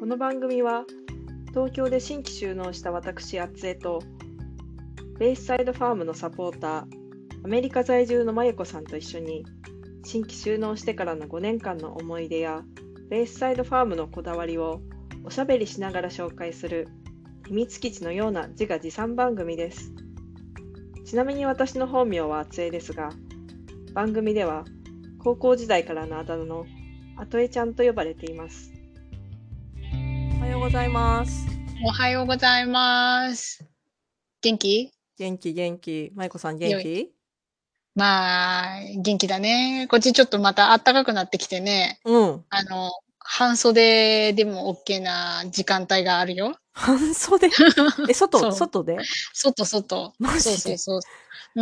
この番組は東京で新規就農した私あつえとベイスサイドファームのサポーターアメリカ在住のまゆこさんと一緒に新規就農してからの5年間の思い出やベイスサイドファームのこだわりをおしゃべりしながら紹介する秘密基地のような自画自賛番組です。ちなみに私の本名はあつえですが、番組では高校時代からのあだ名のあとえちゃんと呼ばれています。おはようございます。 おはようございます。元気？ 元気。まゆこさん元よい。 気？ まあ、元気だね。こっちちょっとまた暖かくなってきてね、 うん。 半袖でもオッケーな時間帯があるよ。 半袖？外そう。 で？ 外。 マジで？ そうそうそう。うん。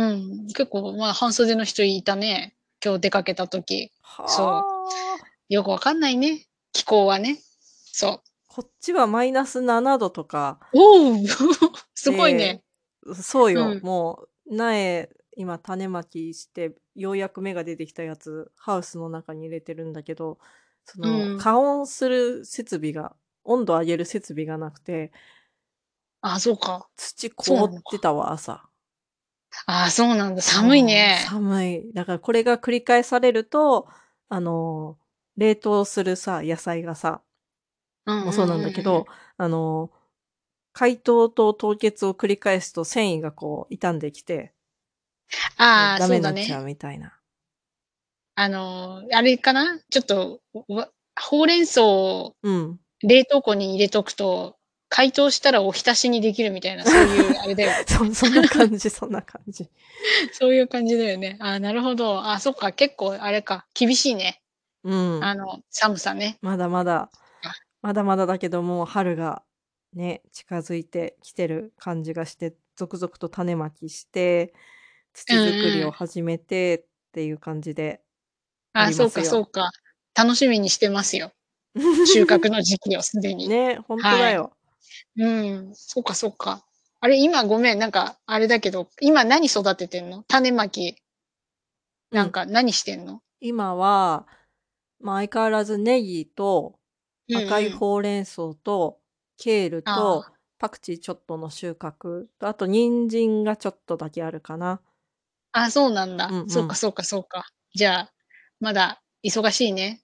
結構、まあ、半袖の人いたね。今日出かけた時。そう。 はあ。 よくわかんないね。気候はね。そう。 こっちはマイナス7度とかおおすごいで、 ね。 そうよ。 うん。 もう苗今種まきしてようやく芽が出てきたやつハウスの中に入れてるんだけど、そうのん。 加温する設備が温度上げる設備がなくて、 あ、そうか。 土そうなのか。 凍ってたわ朝。 あ、そうなんだ。寒いそう、 ね。 寒い。だからこれが繰り返されると、あの、冷凍するさ、野菜がさ、 うんうんもそうなんだけうんうん。 ど、あの、解凍と凍結を繰り返すと繊維がこう傷んできて、 ああ、 ダメそうになっちゃうだね。 みたいな。 あれかな、ちょっと、ほうれん草をうん。 冷凍庫に入れとくと、解凍したらお浸しにできるみたいな、そういうあれだよね。 そんな感じ、そんな感じ。 そういう感じだよね。ああ、なるほど。あ、そっか、結構あれか、厳しいね。 うん。 寒さね。 まだまだ、 あ、 まだまだだけども、春がね、近づいてきてる感じがして、続々と種まきして、 うん土作りうん。 を始めてっていう感じでああ、 りそうますよ。 かそうか。楽しみにしてますよ。収穫の時期をすでに。 ね、ほんとはい。 だよ。 うん、そうかそうか。あれ、今ごめん、なんかあれだけど、今何育ててんの？種まき、 うん。 何してんの？ 今は、相変わらずネギとうん赤いうん。 ほうれん草とケールとああ、 パクチーちょっとの収穫と、あと人参がちょっとだけあるかな。 あ、そうなんだ。 うんうん。 そうかそうかそうか。じゃあ、まだ忙しいね。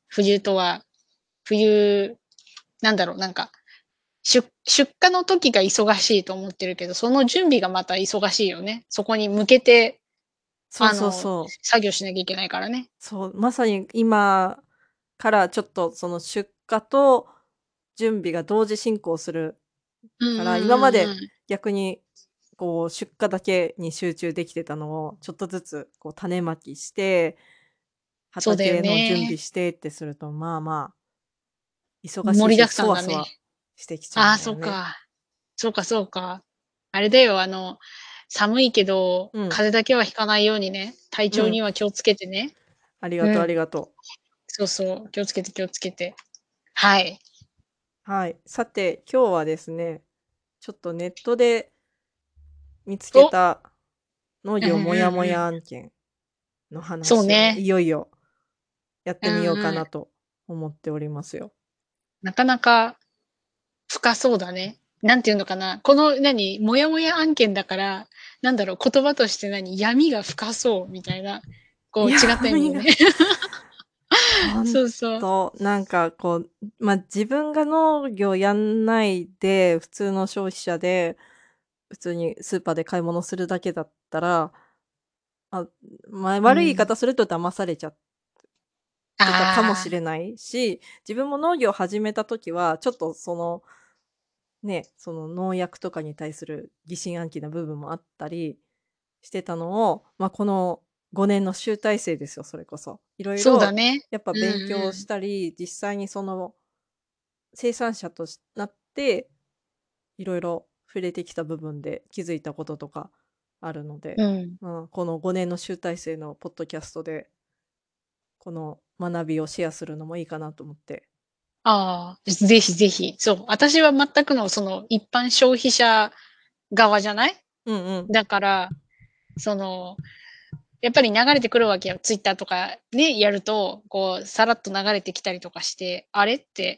冬、なんだろう、なんか、出荷の時が忙しいと思ってるけど、その準備がまた忙しいよね。そこに向けて、 そうそうそう。 作業しなきゃいけないからね。 そう、まさに今からちょっとその出荷と準備が同時進行するうんうんから、今までうんうん。 逆にこう出荷だけに集中できてたのを、ちょっとずつこう種まきして、 そうだよ畑の準備ね。 してってすると、まあまあ、忙しいし、 盛りだくさんだね。 そわそわしてきちゃうああ、 んだよね。 そっか。そうかそうか。あれだよ、寒いけど、 うん、 風邪だけはひかないようにね、体調うん。 には気をつけてね。 ありがとうありうん。 がとう。 そうそう、気をつけて気をつけて。はい。 はい。さて、今日はですね、ちょっとネットで見つけお、 た農うんう業モヤモんうん。 ヤ案件の話をね、いそうね。 よいよやっうんてみようかうん。 なと思っておりますよ。 なかなか深そうだね。なんていうのかな、このモヤモヤ案件だから、なんだろう、言葉として闇が深そうみたいな、こう違った意味闇がでね。 ほんそうそう。 と、なんかこう、自分が農業やんないで、普通の消費者で、普通にスーパーで買い物するだけだったら、あ、悪い言いうん。 方すると騙されちゃってたかもしああ、 れないし、自分も農業を始めた時は、ちょっとその、ね、その農薬とかに対する疑心暗鬼な部分もあったりしてたのを、この5年の集大成ですよ、それこそ。いろいろそうだね。 やっぱうん勉強しうん。 たり、実際にその生産者となって、いろいろ触れてきた部分で気づいたこととかあるので、 うん。 この5年の集大成のポッドキャストで、この学びをシェアするのもいいかなと思って。 ああ、ぜひぜひ。そう、私は全くのその一般消費者側じゃない？ うんうん。 だから、その、やっぱり流れてくるわけよ。ツイッターとかね、やると、こう、さらっと流れてきたりとかして、あれって、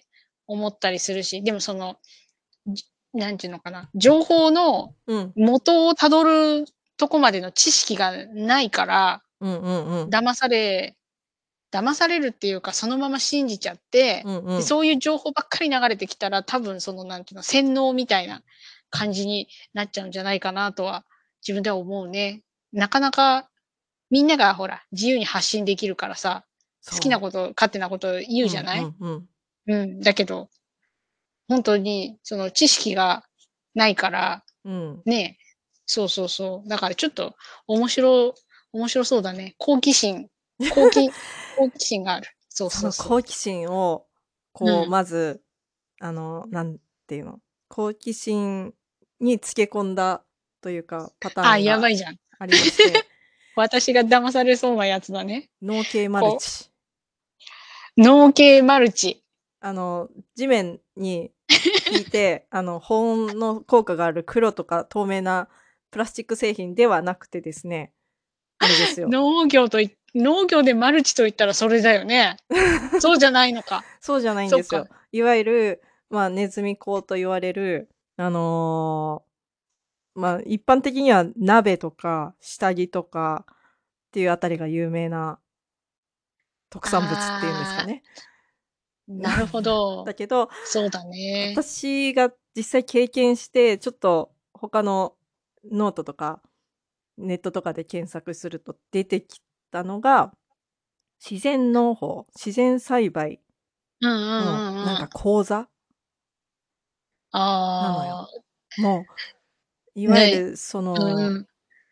思ったりするし、でもその、なんていうのかな、情報のうん。 元をたどるとこまでの知識がないから、 うんうんうん。 騙され騙されるっていうか、そのまま信じちゃって、で、 うんうん。 そういう情報ばっかり流れてきたら、多分そのなんていうの、洗脳みたいな感じになっちゃうんじゃないかなとは、自分では思うね。なかなかみんながほら、自由に発信できるからさ、好きなそこと、勝手なこと言う。うんううじゃない？ んうん。 うん、だけど、ほんとにその知識がないから、 うん。 ね、そうそうそう。だからちょっと面白面白そうだね。好奇好奇心がある。そうそのそうそう。 好奇心を、こう、 うん。 まず、なんていうの、好奇心につけ込んだというか、パターあ、 ンがやばいじゃん。 ありまして、 私が騙されそうなやつだね。 脳系マルこチ。 う、脳系マルチ。 地面に引いて、保温の効果がある黒とか透明なプラスチック製品ではなくてですね、あれですよ。 農業でマルチと言ったらそれだよね。そうじゃないのか。 そうじゃないんそっか。 ですよ。いわゆる、まあ、ネズミ講と言われる、あの、まあ、一般的には鍋とか下着とかっていうあたりが有名な特産物っていうんですかあね。 ー、なるほど。 だけど、 そうだね。 私が実際経験して、ちょっと他のノートとかネットとかで検索すると出てきたのが、自然農法、自然栽培うんうんのなんかうんうん。 講座なのよ。 ああ、 もう、いわゆね、 るそうんの、 うん。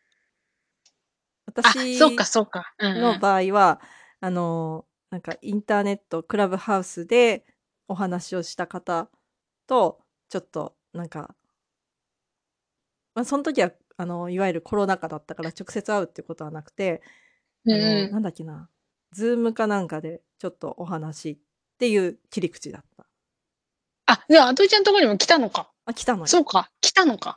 あ、そうか私そうか。うんのうん。 場合は、なんかインターネット、クラブハウスでお話をした方と、ちょっとなんか、ま、そん時はいわゆるコロナ禍だったから直接会うっていうことはなくて、 うんうん。 なんだっけな、Zoom かなんかでちょっとお話っていう切り口だった。 あ、じゃあ、アトイちゃんとこにも来たのか。 あ、来たのよ。 そうか、来たのか。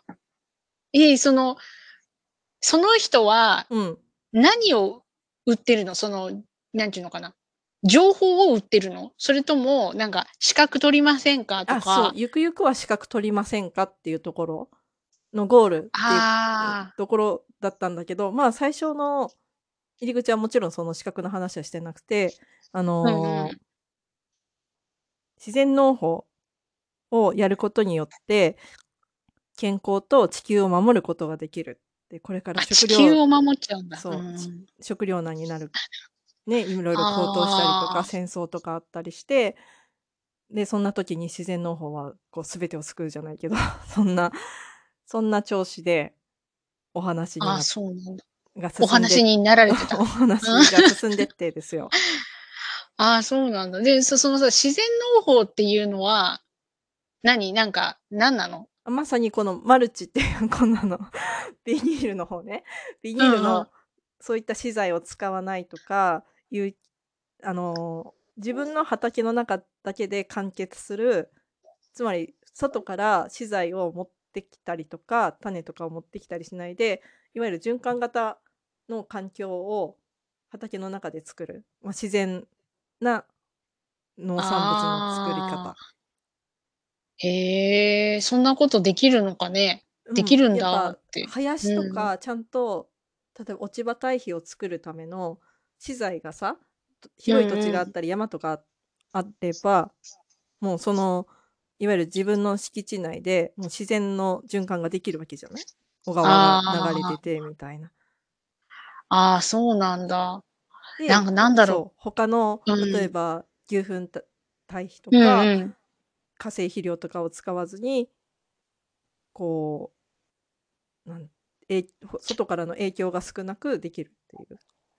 その人はうん。 何を売ってるの？その、なんていうのかな、情報を売ってるの？それとも、なんか資格取りませんかとあ、そう、 か。 ゆくゆくは資格取りませんかっていうところのゴールっていう、 ああ、 ところだったんだけど、まあ、最初の入り口はもちろんその資格の話はしてなくて、あうんうの、 ん。 自然農法をやることによって、健康と地球を守ることができる。で、これからあ、地球を守っちゃうんだ。うそう、 ん。 食糧難になる、ね、いろいろ高騰したりとか、 ああ、 戦争とかあったりして、で、そんな時に自然農法はこう全てを救うじゃないけど、そんなそんな調子でお話にああ、 なそうなんだ。 がお進んで話になられておた。うん。 話が進んでってですよ。 ああ、そうなんだ。で、そのさ、自然農法っていうのは、なんか、なんなの？ まさにこのマルチっていうこんなのビニールの方ね。ビニうんうん。 ールのそういった資材を使わないとかいう自分の畑の中だけで完結する、つまり外から資材を持ってきたりとか、種とかを持ってきたりしないで、いわゆる循環型の環境を畑の中で作る、まあ、自然な農産物の作り方。 ああ。へえ、そんなことできるのかね。 うん、 できるんやっぱだって。 林とうん。 かちゃんと、例えば落ち葉堆肥を作るための資材がさ、 う広い土地んうん。 があったり山とかあれば、もうその、いわゆる自分の敷地内で、もう自然の循環ができるわけじゃない？小川が流れてあてみたいな。 あ、ああ、そうなんだ。なんで、 かなんだろそう、他のう。うん。 例えば牛糞堆肥とうんか、 うん。 化成肥料とかを使わずに、こう、外からの影響が少なくできるっていう。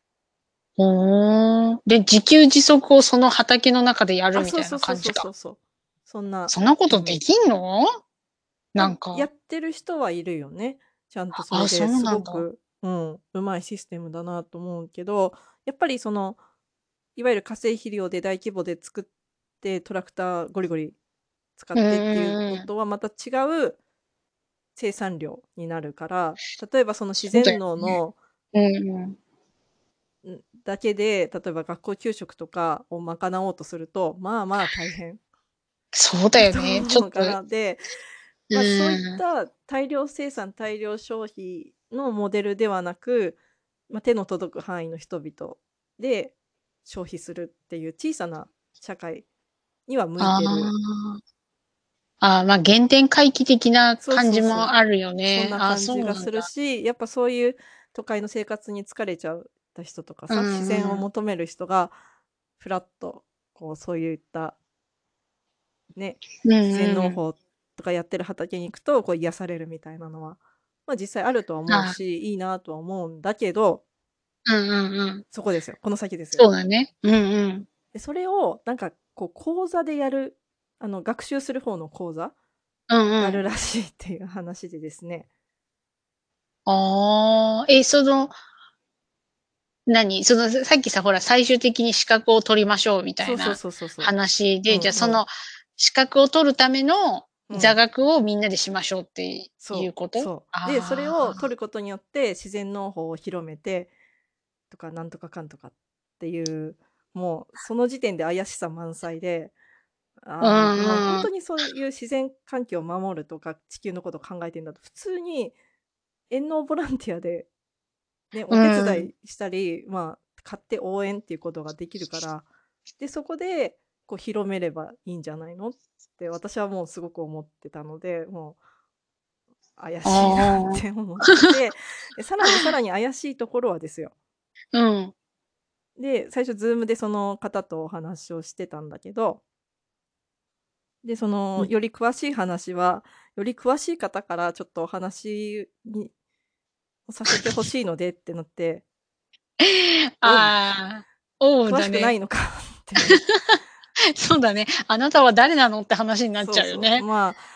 ほーん。で、自給自足をその畑の中でやるあ、 みたいそうそうそうな感じか。 そうそうそう。そんなそんなこイメージ。 とできんの？ まあ、やなんか。 ってる人はいるよね。ちゃんとそれあ、そですうなんだ。 ごく、うん、うまいシステムだなと思うけど、やっぱりその、いわゆる化成肥料で大規模で作って、トラクターゴリゴリ使っうんてっていううんうん。 のとはまた違う生産量になるから、例えばその自然そうだよね。 農のうんうん。 だけで、例えば学校給食とかを賄おうとすると、まあまあ大変。 そうだよとね。ちょっと、 思うから、で、 うそういっーん。 た大量生産、大量消費のモデルではなく、手の届く範囲の人々で消費するっていう小さな社会には向いあてる。 あ。ああ、原点回帰的なそう感じそうそう。 もあるよそんね。ああ、 な感そうじがするなんだ。 し、やっぱそういう都会の生活に疲れちゃった人とかうさ、自然をんうん。 求める人がフラッとそういったね、 うん自然農うん。 法とかやってる畑に行くと癒されるみたいなのは、実際あるとは思うああ、 し、いいなとは思うんだけど、 うんうんうん。 そこですよ。この先ですよ。 そうだね。うんうん。 で、それを講座でやる、学習する方の講座うんがあうん。 るらしいっていう話でですね。 ああ、さっきさ、ほら、最終的に資格を取りましょうみたそうそういなそうそうそう。 話で、じゃあ、 うんうん。 資格を取るための座うん。 学をみんなでしましょうっていうこと？ で、それああ。 を取ることによって自然農法を広めてとか、なんとかかんとかっていう、もうその時点で怪しさ満載で、 うん本うん。 当にそういう自然環境を守るとか、地球のことを考えてんだと、普通に遠農ボランティアでね、 うお手ん。 伝いしたり、買って応援っていうことができるから、で、そこで広めればいいんじゃないのって私はもうすごく思ってたので、もう怪あしいなっあ。 て思ってて、で、さらにさらに怪しいところはですよ。 うん。 で、最初 Zoom でその方とお話をしてたんだけど、で、 うん。 より詳しい話は、より詳しい方からちょっとお話をさせてほしいのでってなって、おう、 ああ、おう詳しくないだね。 のかっていう。 そうだね。あなたは誰なのって話になっちそうそう。 ゃうよね。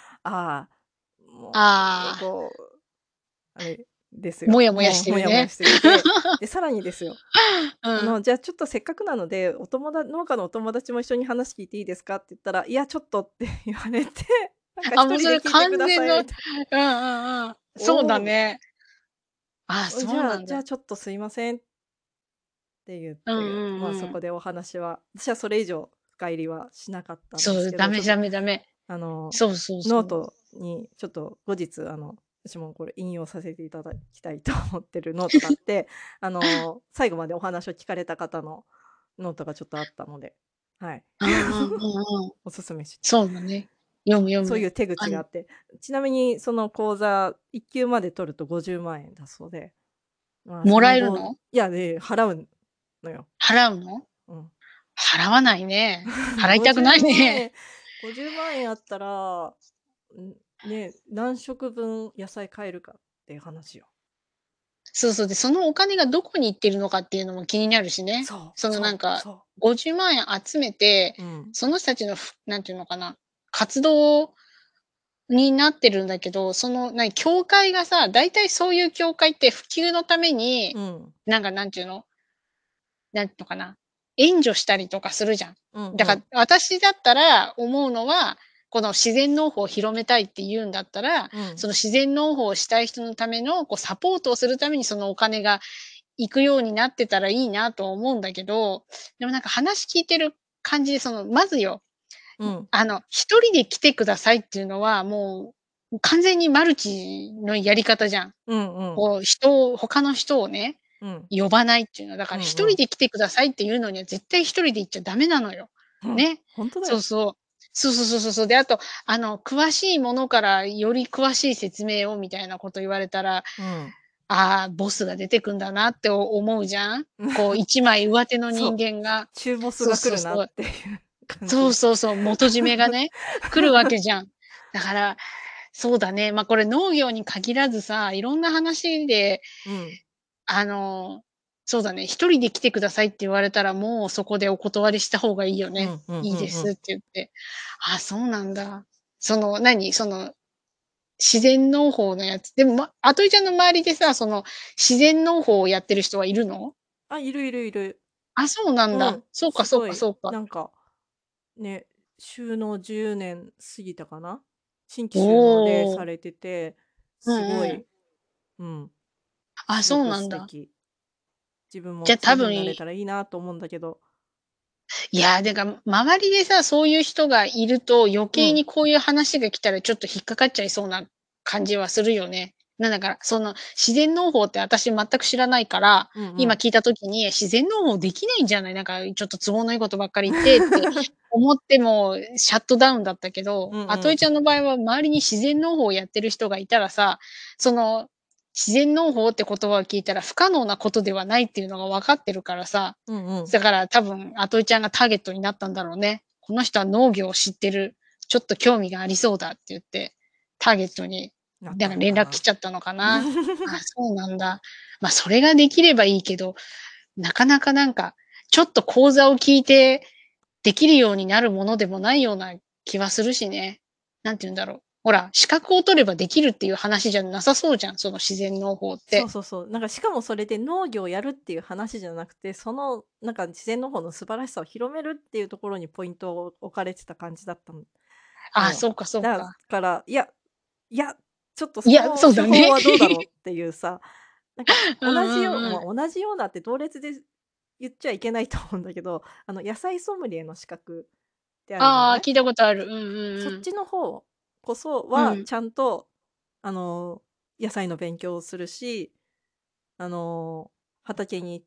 もう、 ああ、 あれですよ。 もやもやしもうモヤモヤてるね。 してきて、で、さらにですよ。 うん。 じゃあちょっとせっかくなので、農家のお友達も一緒に話聞いていいですかって言ったら、いや、ちょっとって言われて、 あ、 一人もうそれで聞いてくだ完全のうんさいみたいな。 うんうん。そうおお、 だね。あ、そうなんだ。 じゃあちょっとすいませんって言っうんて、 うんうん。 そこでお話は、私はそれ以上深入りはしなかったんでそう、 すけど、ちょっとダメダメダメ。 あの、 そうそうそう。 ノートにちょっと後日、私もこれ引用させていただきたいと思ってるノートがあって、最後までお話を聞かれた方のノートがちょっとあったので、はい。 うんうんうんうん。 おすすめしそうだね。読む読む。 そういう手口があって、ちなみにその講座1級まで取ると50万円だそうで、 もらえるの？ いや、で、払うのよ。 払うの？ うん。 払わないね。払いたくな 50 いね。 万円50万円あったら、ね、何食分野菜買えるかっていう話よ。 そうそう。で、そのお金がどこに行ってるのかっていうのも気になるしね。 そう、 なんか、 そ 50万円集めて、 う。うん。 その人たちのなんていうのかな、活動になってるんだけど、教会がさ、大体そういう教会って普及のために、 うん。 なんていうの、なんていうのかな、援助したりとかするじゃん。だから、 うんうん。 私だったら思うのは、この自然農法を広めたいって言うんだったら、 うん。 その自然農法をしたい人のためのサポートをするためにそのお金が行くようになってたらいいなと思うんだけど、でもなんか話聞いてる感じで、まずよ、 うん。 一人で来てくださいっていうのは、もう完全にマルチのやり方じゃん。 うんうん。 他の人をね、 うん。 呼ばないっていうのは、だから一人うんうん。 で来てくださいっていうのには絶対一人で行っちゃダメなのよ。 うん。 ね。 ほんとだよ。 そうそう。そうそうそうそうそう。で、あと、詳しいものからより詳しい説明をみたいなこと言われたら、 うん。 ああ、ボスが出てくんだなって思うじゃん。一枚上手の人そう。 間が。 中ボスそうが来るなっそうそう。 ていう感そうじ。 そうそう、元締めがね、来るわけじゃん。だから、そうだね、これ農業に限らずさ、いろんな話で、 うん。 あの、そうだね、一人で来てくださいって言われたら、もうそこでお断りした方がいいよね。 うんうんいいうんうん。 ですって言って。あ、そうなんだ。自然農法のやつ、でも、あといちゃんの周りでさ、自然農法をやってる人はいるの？ いるいるいる。 あ、そうなんだ。 うん。 そうかそうすごい、 かそうか。 ね、就農10年過ぎたかな？新規就農でおお。 されてて、 うんうん。 すごい、うん、 あ、 すごくそうなんだ。 素敵。自分じゃ、 もそういう風になれ多分たらいいなと思うんだけど。 いや、だから周りでさ、そういう人がいると、余うん。 計にこういう話が来たらちょっと引っかかっちゃいそうな感じはするよね。なんだから、その自然農法って私全く知らないから、 うんうん。 今聞いた時に、自然農法できないんじゃない？なんかちょっと都合のいいことばっかり言ってって思ってもシャットダウンだったけど、 うんうん。 あといちゃんの場合は周りに自然農法をやってる人がいたらさ、その自然農法って言葉を聞いたら不可能なことではないっていうのが分かってるからさ、 うんうん。 だから多分、あといちゃんがターゲットになったんだろうね。この人は農業を知ってる、ちょっと興味がありそうだって言って、ターゲットに、 なったなんか連のかな。 絡来ちゃったのかな。あ、そうなんだ。ま、それができればいいけど、なかなかなんか、ちょっと講座を聞いてできるようになるものでもないような気はするしね。なんて言うんだろう。ほら、資格を取ればできるっていう話じゃなさそうじゃん、その自然農法って。 そうそうそう。なんかしかもそれで農業をやるっていう話じゃなくて、そのなんか自然農法の素晴らしさを広めるっていうところにポイントを置かれてた感じだったのあ、 よ。 そうかそうだか。 から、いや、ちょっといや、 その手そうだね。 法はどうだろうっていうさ、なんかうんうんうん。 同じようなって同列で言っちゃいけないと思うんだけど、野菜ソムリエの資格ってあるじゃああ、 ない？ 聞いたことある。うんうんうん。 そっちの方こそうん。 はちゃんと、あの、野菜の勉強をするし、あの、畑に行って、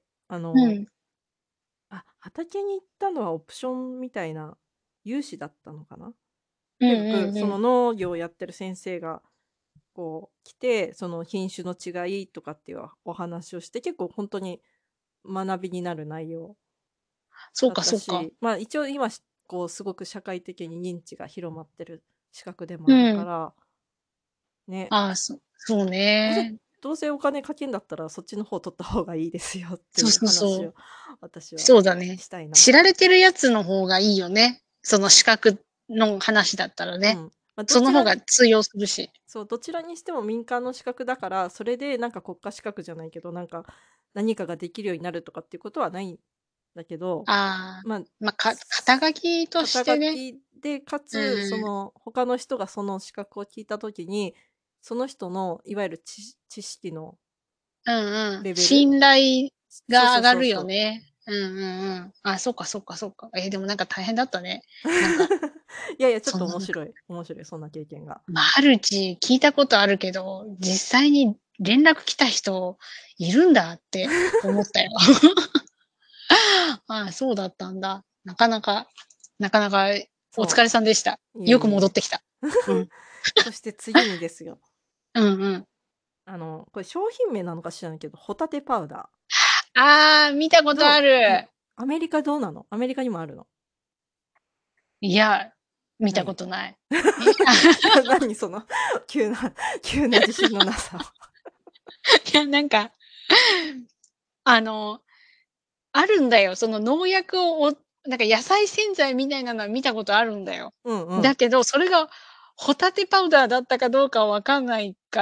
あの、 うん。 畑に行ったのはオプションみたいな、有志だったのかな？ うんとにかくそのうんうん。 農業をやってる先生がこう来て、その品種の違いとかっていうお話をして、結構ほんとに学びになる内容そうだっかそうか。 たし、まあ、一応今こうすごく社会的に認知が広まってる資格でもうあるかん。 ら、ね、 ああ、そうどうせね。 どうせお金かけんだったらそっちの方取った方がいいですよってそういうそうそう。 話を私はそうだね。 したいな知られと思って。 てるやつの方がいいよね。その資格の話だったらね。 うん。ま、どその方ちらが通用するし。 そう、どちらにしても民間の資格だから、それでなんか国家資格じゃないけど、なんか何かができるようになるとかっていうことはないんだけど、 ああ、 まあ、 ま、肩書きとし肩てね。 書きで、かうんつ、そうん。 の他の人がその資格を聞いた時に、その人のいわゆる知識のうんうん。 レベル、 信頼そうが上がるそうそうそう。 よね。うんうんうん。あ、そっかそっかそっか。でもなんか大変だったね。なんか、 いやいや、ちょっとそんななんか面白い、そんな経験が。 マルチ聞いたことあるけど、実際に連絡来た人いるんだって思ったよ。ああ、そうだったんだ。なかなかお疲それさんでした。 う。いえよくいえいえ。 戻ってきた。うん。 そして次にですよ。 うんうん。 これ商品名なのか知らないけど、ホタテパウダー。 ああ、見たことある。 アメリカどうなの？アメリカにもあるの？ いや、見たこない？ とない。 何その急な急な自信のなさを。 いや、なんか、あの、あるんだよ。その農薬をなんか野菜洗剤みたいなのは見たことあるんだよ。 うんうん。 だけど、それがホタテパウダーだったかどうかはわかんないから、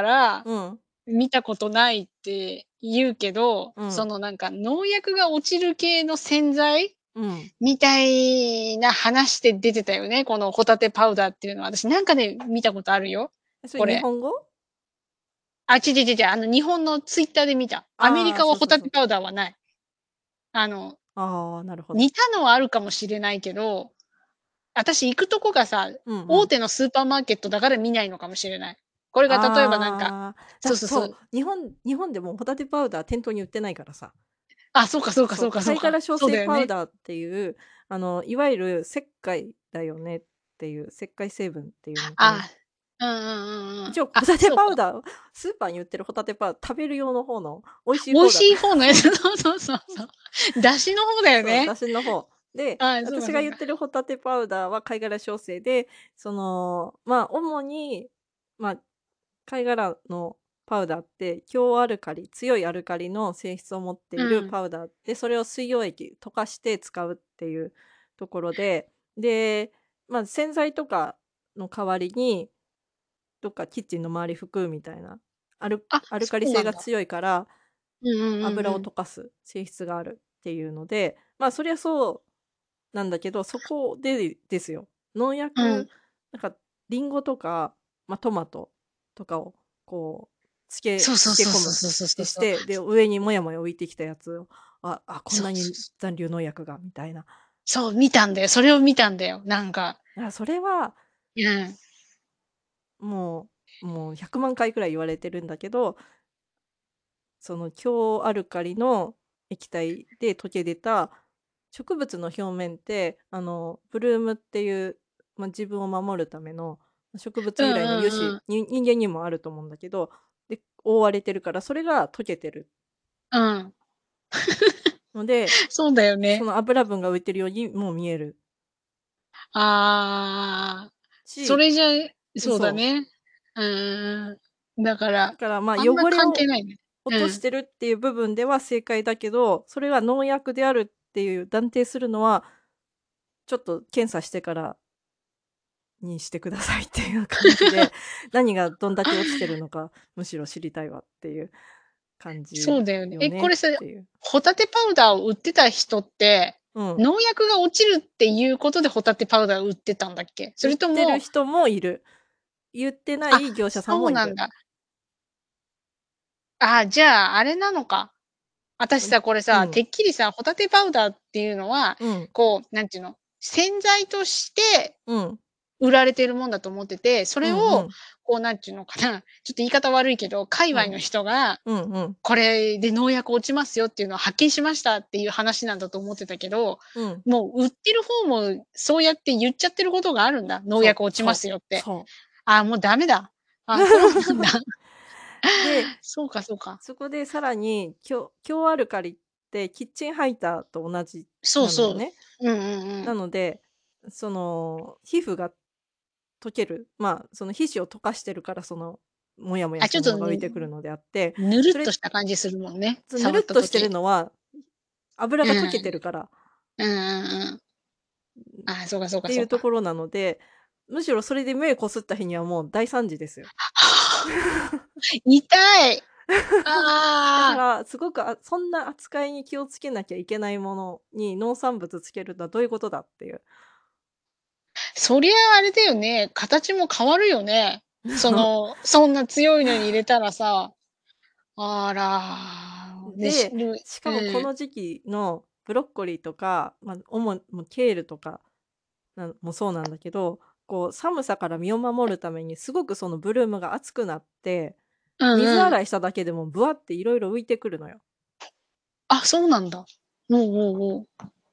うん。 見たことないって言うけど、 うん。 そのなんか農薬が落ちる系の洗剤うん。 みたいな話で出てたよね、このホタテパウダーっていうのは。私なんかで見たことあるよ、 それこれ。 日本語？ あ、違う、日本のツイッターで見た。アメリああ、 カはそうそうそう。 ホタテパウダーはない。あの、 ああ、なるほど。 似たのはあるかもしれないけど、私行くとこがさ、 うんうん。 大手のスーパーマーケットだから見ないのかもしれない。これが例えばなんかああ、そう、 そうそうそう。 日本でもホタテパウダー店頭に売ってないからさ。 あ、そうかそうかそう、 そうかそうか。 貝殻精製そうだよね。 パウダーっていう、いわゆる石灰だよねっていう、石灰成分っていうのかな。 あうんうんうんうん。 一応ホあ、 タテそうか。 パウダー、スーパーに売ってるホタテパウダー、食べる用の方の美味しい美味方だった。 しい方のやつ、そうそうそうそう。出汁の方だよそう、 ね。 出汁の方。で、 あそうかそうか。 私が言ってるホタテパウダーは貝殻精製で、まあ、主に、まあ、貝殻のパウダーって強アルカリ、強いアルカリの性質を持っているうん。 パウダーで、それを水溶液溶かして使うっていうところで、で、まあ、洗剤とかの代わりに、どっかキッチンの周り拭くみたいな、 あ、 アルカリそうなんだ。 性が強いからうんうんうん油をうん。 溶かす性質があるっていうので、まあ、そりゃそうなんだけど、そこでですよ。農薬、 うん。 なんかリンゴとか、まあ、トマトとかをこうそうそうそう漬け込むそうそうそうそうそう。 して、で、上にもやもや浮いてきたやつを、こんなにそうそうそう。 残留農薬がみたいな。 そう、見たんだよ。それを見たんだよ。なんか。 それは、 うん。 もう100万回くらい言われてるんだけど、その強アルカリの液体で溶け出た植物の表面って、ブルームっていう、自分を守るための植物うん由来の油脂、 うんうん。 人間にもあると思うんだけど、で、覆われてるから、それが溶けてるうん。 ので、 そうだよね。 その油分が浮いてるようにも見えるああ、そし、 れじゃ、そうだそう。 ね。うん。だから、 だからあんま汚れを関係ないね。 落としうん。 てるっていう部分では正解だけど、それが農薬であるっていう断定するのは、ちょっと検査してからにしてくださいっていう感じで、何がどんだけ落ちてるのか、むしろ知りたいわっていう感じそうだよね。え、こよねれさ、 っていう。 ホタテパウダーを売ってた人って、 うん。 農薬が落ちるっていうことでホタテパウダーを売ってたんだっけ？そ売っれとも、 てる人もいる。言ってなあ、 い業者さんもいる。 そうなんだ。あ、じゃあ、あれなのか。私さ、これさ、 うん。 てっきりさ、ホタテパウダーっていうのは、 うん。 こう、なんていうの、洗剤としてうん。 売られてるもんだと思ってて、それを、 うんうん。 こう、なんていうのかな、ちょっと言い方悪いけど、界うん。 隈の人が、 うんうん。 これで農薬落ちますよっていうのを発見しましたっていう話なんだと思ってたけど、 うん。 もう売ってる方もそうやって言っちゃってることがあるんだ。農そう、 薬落ちまそう、 すよって。 そう。 ああ、もうダメだ。ああ、そうなんだ。 で、 そうかそうか。 そこでさらに、強アルカリってキッチンハイターと同じそうそう。 なのよね。 うんうんうなん。 ので、その、皮膚が溶ける、その皮脂を溶かしてるから、その、もやもやあ、 したものが浮いちょっとね、 てくるのであって、 ぬるっそれとした感じするもんね、 ぬ触るっとしてるった時。 のは、油うん。 が溶けてるからっうんうんうん。ああ、そうかそうかていそうか。 うところなので、むしろそれで目こすった日にはもう大惨事ですよ。 痛い。 だかああ。 ら、すごく、そんな扱いに気をつけなきゃいけないものに農産物つけるのはどういうことだっていう。 そりゃあれだよね、形も変わるよね。そんな強いのに入れたらさ、あら、で、 で、しかもこうん。 の時期のブロッコリーとか、もうケールとかもそうなんだけど、こう寒さから身を守るためにすごくそのブルームが熱くなって、水うんうん。 洗いしただけでもブワっていろいろ浮いてくるのよ。 あ、そうなんだ。おうおうおう。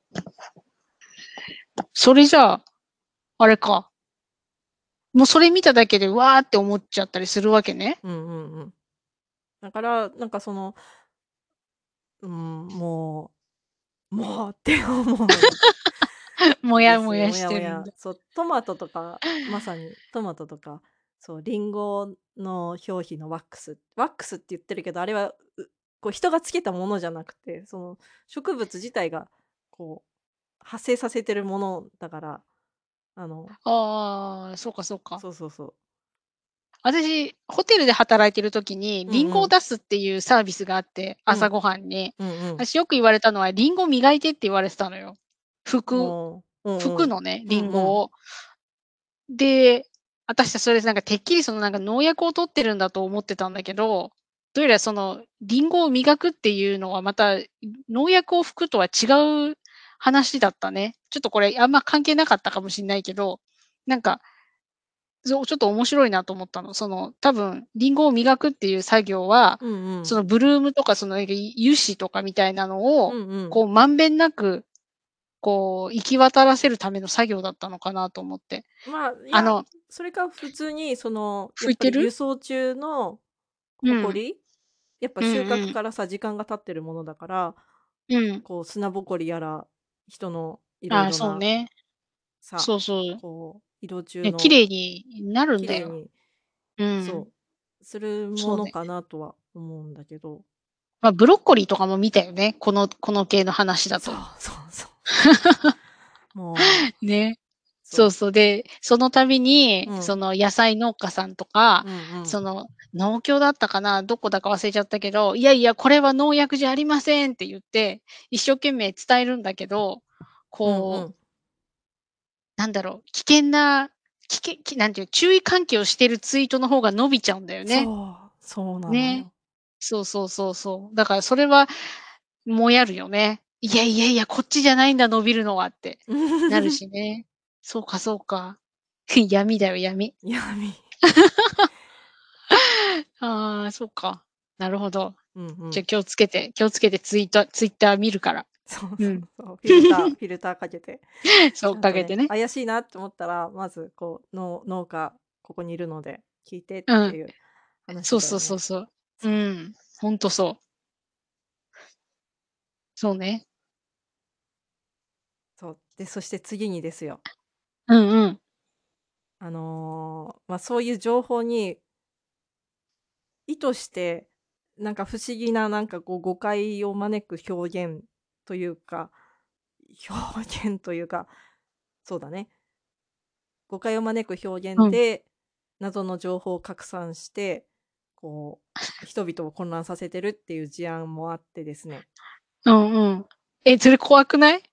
それじゃあ、あれか。もうそれ見ただけで、わーって思っちゃったりするわけね。 うんうんうん。だから、なんかその、うん、もうって思うもやですよ、 もやもやもや。 してるんだ。 そう、トマトとか、まさにトマトとか、そう、リンゴの表皮のワックスって言ってるけど、あれは、こう人がつけたものじゃなくて、その植物自体がこう発生させてるものだから、あの、 ああ、そうかそうか。 そうそうそう。 私、ホテルで働いてる時に、リンゴをうんうん。 出すっていうサービスがあって、 うん。 朝ごはんに。 うんうん。 私よく言われたのは、リンゴ磨いてって言われてたのよ。拭くおーうんうん。 拭くのね、リンうんうん。 ゴを。で、私はそれでなんかてっきりそのなんか農薬を取ってるんだと思ってたんだけど、どうやらそのリンゴを磨くっていうのはまた、農薬を拭くとは違う話だったね。ちょっとこれあんま関係なかったかもしんないけど、なんか、ちょっと面白いなと思ったの。多分リンゴを磨くっていう作業は、 うんうん。 そのブルームとかその油脂とかみたいなのを、 うんうん。 こうまんべんなく、こう行き渡らせるための作業だったのかなと思って。 いや、 あのそれか普通にその、やっぱ拭いてる？ り輸送中のうん。 ほこり、やっぱうん収穫うん。 からさ、時間が経ってるものだから、 うん。 こう砂ぼこりやら、人のいろいああ、 ろな、 そうね。 さ、 そうそう。 こう移動中ね、綺の麗になるんだよ。 綺麗に、 うん。 そう、するもそうね。 のかなとは思うんだけど。 ま、ブロッコリーとかも見たよね、この系の話だそうと。 そうそう。もう、 ね。そうそそう。で、その度う。 に、 うん。 その野菜農家さんとか、 うんうん。 その農協だったかな、どこだか忘れちゃったけど、いやいや、これは農薬じゃありませんって言って、一生懸命伝えるんだけど、こう、 うんうん。 なんだろう、危険な、きけきなんていう、注意喚起をしてるツイートの方が伸びちゃうんだよね。 そうなのね。 よ。 そうそうそうそう。だからそれは、もやるよね。 いやいやいや、こっちじゃないんだ、伸びるのはってなるしね。そうかそうか。闇だよ、闇。 闇。 ああ、そうか。なるほど。 うんうん。 じゃ、気をつけてツイッター見るから。 そううん。 そうそう。フィルターかけて、 そう、 ちゃんとね、 かけてね。 怪しいなって思ったら、まずこう、農家ここにいるので聞いてっうん。 ていうそうそうそう話だよね。 そう。うそう、 ん。ほんとそう。そうね。 そう。で、そして次にですよ、 うんうん。 そういう情報に意図して、なんか不思議な、なんかこう誤解を招く表現というかそうだね、誤解を招く表うん。 現で、謎の情報を拡散して、こ人々を混乱させてるっていう事案もあってですね。 うんうん。それ怖くない？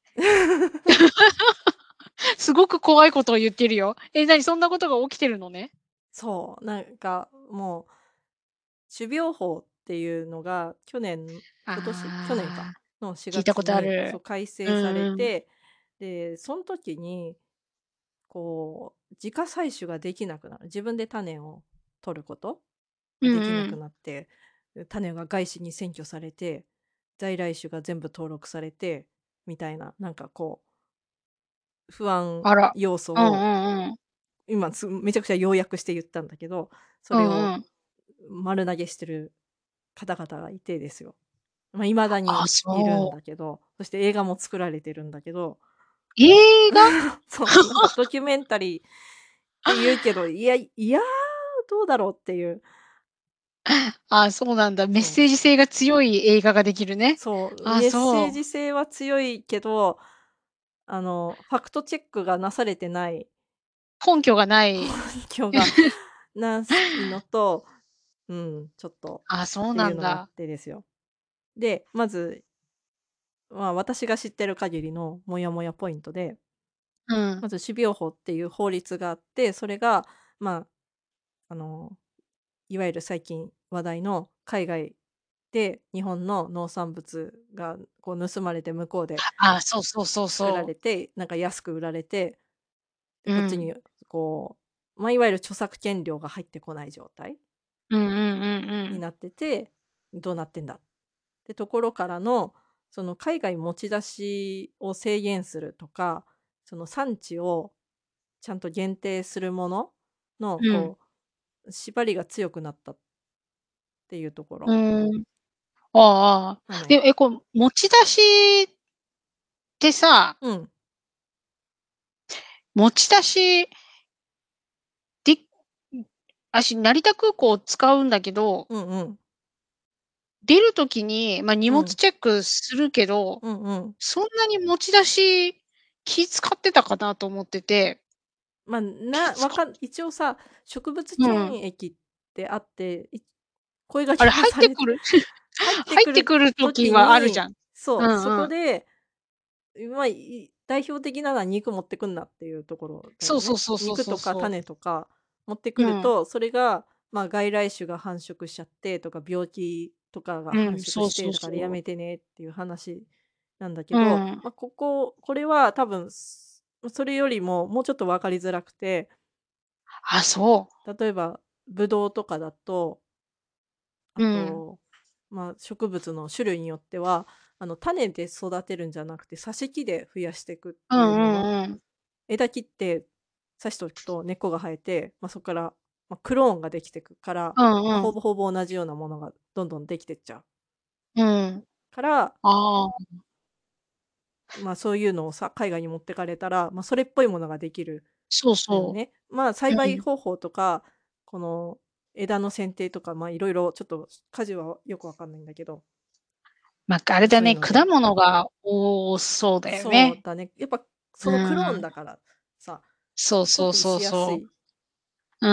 すごく怖いことを言ってるよ。そんなことが起きてるのね？ そう、なんかもう、種苗法っていうのが去年かああ、 の4 聞いたことあ月に、そう、 る。 改う正されんうん。 て、で、そん時に、こう、自家採取ができなくなる。自分で種を取ることうんができなくうん。 なって、種が外資に占拠されて、在来種が全部登録されて、みたいな、なんかこう、不安あら。 要素うんうを、 んうん。 今めちゃくちゃ要約して言ったんだけど、それをうんうん。 丸投げしてる方々がいてですよ。未だあ、 にいるんそう。 だけど、そして映画も作られてるんだけど、 映画？ そう、なんかドキュメンタリーって言うけど、いや、どうだろうっていう。 あ、そうなんだ。メッそう。 セージ性が強い映画ができるね。 そう、 あ、 メッセーそう。 ジ性は強いけど、ファクトチェックがなされてない根拠がない。 根拠がないのと、うん、ちょっとあ、そうっていうのがあっなんだ。 てですよ。で、まず、私が知ってる限りのモヤモヤポイントで、 うん。 まず種苗法っていう法律があって、それが、まあ、いわゆる最近話題の海外で日本の農産物がこう盗まれて向こうであ、そうそうそう作らそれて、なんか安く売られて、で、 う。うん。 こっちにこいわゆる著作権料が入ってこない状態うんうんうんうん。 になってて、どうなってんだってところからの、その海外持ち出しを制限するとか、その産地をちゃんと限定するものの、 うん。 縛りが強くなったっていうところああああ。で、 なのよ。 持ち出しってさ、 うん。 持ち出しで成田空港を使うんだけど、 うんうん。 出る時に、荷物うん。 チェックするけど、 うんうん。 そんなに持ち出し、気使ってたかなと思ってて。気使一応さ、植物うん。 検疫ってあって、声掛あれけはされて入ってくる入ってくる入ってくる時時に、 はあるじゃん。うそう、そんうん。 こで、代表的なのは肉持ってくんなっていうところだそうそうよね。 そうそう肉とかそうそう。 種とか持ってくうん。 ると、それが、外来種が繁殖しちゃってとか、病気とかが繁うん、 殖してそうそうだからやそう。 めてねっていう話なんだけど、 うん。 これは多分、それよりももうちょっと分かりづらくて、 あ、そう。 例えばブドウとかだと、あうん。 と、植物の種類によっては、種で育てるんじゃなくて、挿し木で増やしていくっうんていうもの。 うんうん。 枝切って挿しておくと根っこが生えて、そこから、クローンができていくから、 うんうん。 ほぼほぼ同じようなものがどんどんできてっちゃう。 うん。 から、 ああ、 そういうのをさ、海外に持ってかれたら、それっぽいものができるそうそのよね。栽う。うん。 培方法とか、この枝の剪定とか、いろいろちょっと果樹はよくわかんないんだけど、 あれだね、 そういうので果物が多そうだよね。 そうだね。やっぱうそのクローンん。 だからさ、 そうそう特にしやすそうそいう。うん。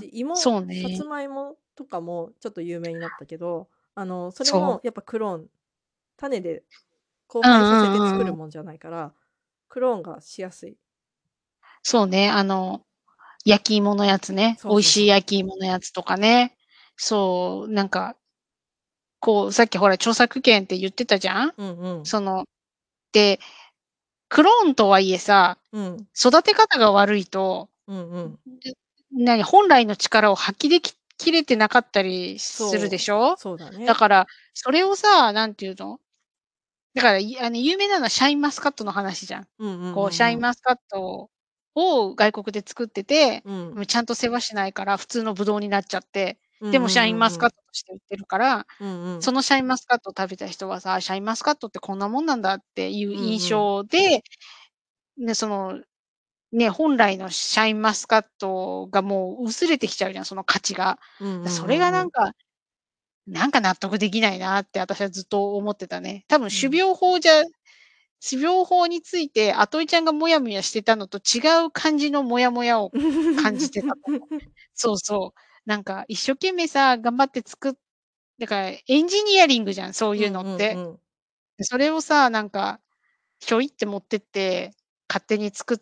し、 そうさつね。 まいもとかもちょっと有名になったけど、それそう。 もやっぱクローン、種で交うんう配させて作んうんうん。 るもんじゃないから、クローンがしやすい。 そうね、焼き芋のやつね。美味しいそうそうそう。 焼き芋のやつとかね。そう、さっきほら、著作権って言ってたじゃん？ うんうん。 そので、クローンとはいえさ、 うん。 育て方が悪いと、 うんうん。 本来の力を発揮できれてなかったりするでしょ？ そうだね。 だから、それをさ、なんていうの、だから、有名なのはシャインマスカットの話じゃん。 うんうんこう、シャインうんうん。 マスカットを外国で作ってて、 うん。 ちゃんと世話しないから普通のブドウになっちゃって、でもシうんうんャインマスカッうんうん。 トとして売ってるから、 うんうん。 そのシャインマスカットを食べた人はさ、シャインマスカットってこんなもんなんだっていううん印うん。 象で、ね、本来のシャインマスカットがもう薄れてきちゃうじゃん、その価値が。 うんうんそれうんうん。 がなんか納得できないなって私はずっと思ってたね。多分うん。 種苗法について、アトイちゃんがモヤモヤしてたのと違う感じのモヤモヤを感じてたと思う。そうそう。なんか一生懸命さ、頑張ってだからエンジニアリングじゃん、そういううんのって。 うんうん。 で、それをさ、なんか、ひょいって持ってって、勝手に作って、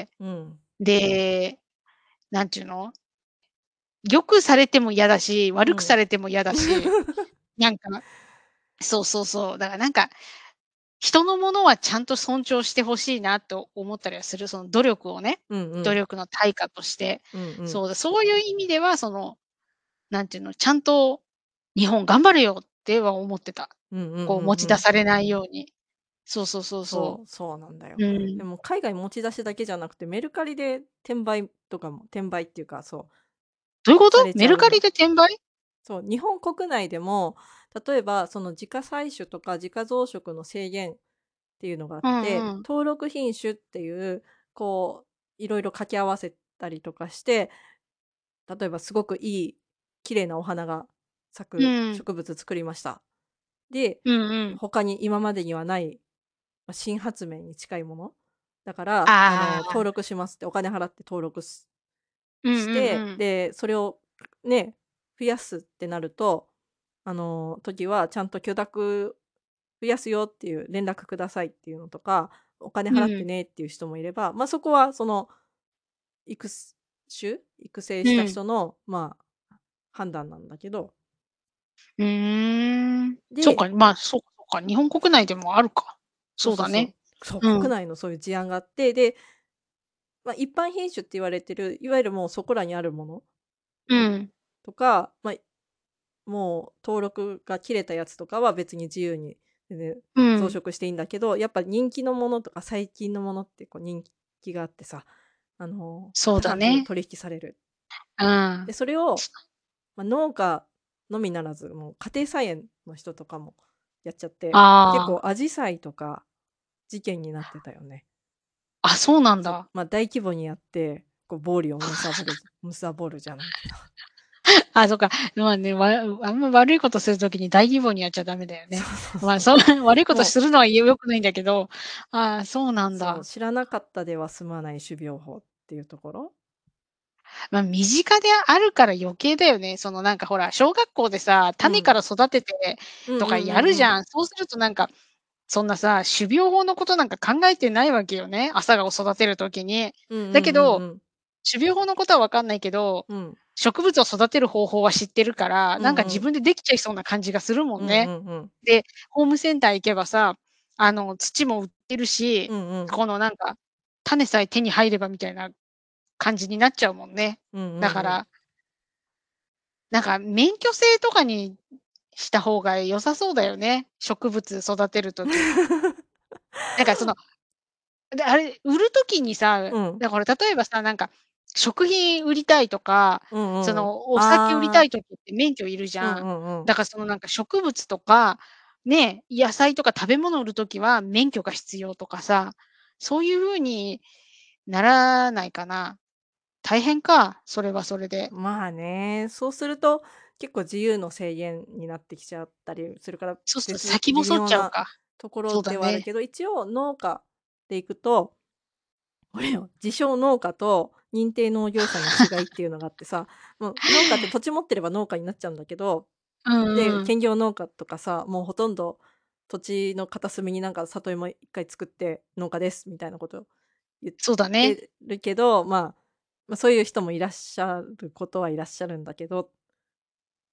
うん。 で、なんちゅうの、良くされても嫌だし、悪くさうん。 れても嫌だし、なんか、そうそうそう。だからなんか、人のものはちゃんと尊重して欲しいなと思ったりはする。その努力をね、 うんうん。 努力の対価として。 うんうん。 そういう意味では、なんていうの、ちゃんと日本頑張れよっては思ってた。 うんうんこう持ちうんうん。 出されないように。そうそうそうそそう、そうなんだよ。 う。うん。 でも海外持ち出しだけじゃなくて、メルカリで転売とかも転売っていうか、そう、 どういうこと？ されちメルカリゃうの。 で転売？ そう、日本国内でも、例えばその自家採取とか自家増殖の制限っていうのがあっうんて、 うん。 登録品種っていう、こう、いろいろ掛け合わせたりとかして、例えばすごくいい綺麗なお花が咲くうん。 植物作りました。で、 うんうん。 他に今までにはない、新発明に近いものだから、 ああ。 登録しますってお金払って登録うんうんして、 うん。 で、それをね、増やすってなると、時はちゃんと許諾増やすよっていう連絡くださいっていうのとか、お金払ってうん。 ねっていう人もいれば、そこはその育す育成したうん。 人の、判断なんだけど、 うーん。そうで、 か、まあ、そうかそうか、日本国内でもあるか。 そうそうそう、 そうだね。 そう、 うん。 国内のそういう事案があって、で、一般品種って言われてる、いわゆるもうそこらにあるものうん。 とか、もう登録が切れたやつとかは別に自由に全然うん。 増殖していいんだけど、やっぱ人気のものとか最近のものってこう人気があってさ、 そうだね。 高く取引される。 うん。 で、それを、農家のみならず、もう家庭菜園の人とかもやっちゃって、結構あアジサイとか事件になってたよね。 あ。あ、そうなんそう、 だ。 大規模にやって、こう暴利を貪るじゃないけど。 あ、そっか。まあね、あんま悪いことする時に大規模にやっちゃダメだよそね。 うそうまあ、 そう。 悪いこともうするのは良くないんだけど、ああ、そうなんそう、 だ。 知らなかったでは済まない種苗法っていうところ。 まあ、身近であるから余計だよね。なんかほら、小学校でさ、 うん。 種から育ててとかうんうんうんうん。 やるじゃん。そうするとなんか、そんなさ、種苗法のことなんか考えてないわけよね、朝顔を育てる時に。 うんうんだけど、 うんうん。 種苗法のことは分かんないけど、 うん。 植物を育てる方法は知ってるから、なんか自うんうん。 分でできちゃいそうな感じがするもうんうんね。 んうん。 で、ホームセンター行けばさ、土も売ってるし、 うんうん。 このなんか、種さえ手に入ればみたいな感じになっちゃうもんね。 うんうんうん。 だから、なんか免許制とかにした方が良さそうだよね、植物育てる時。なんかで、あれ、売る時にさ、 うん。 だから例えばさ、なんか、食品売りたいとか、 うんうん。 お酒売りたああ。 い時って免許いるじうんゃん。 うんうん。 だからなんか植物とか、ね、野菜とか食べ物売る時は免許が必要とかさ、そういう風にならないかな。大変か、それはそれで。 まあね、そうすると、結構自由の制限になってきちゃったりするから、 そうすると先微細っ妙なちゃうか。 ところそうだね。 ではあるけど、一応農家でいくと、これよ、自称農家と認定農業者の違いっていうのがあってさ、もう農家って土地持ってれば農家になっちゃうんだけど、 うんで、 うん。 兼業農家とかさ、もうほとんど土地の片隅になんか里芋一回作って農家ですみたいなことを言っそうだね。 てるけど、そういう人もいらっしゃることはいらっしゃるんだけど、 うん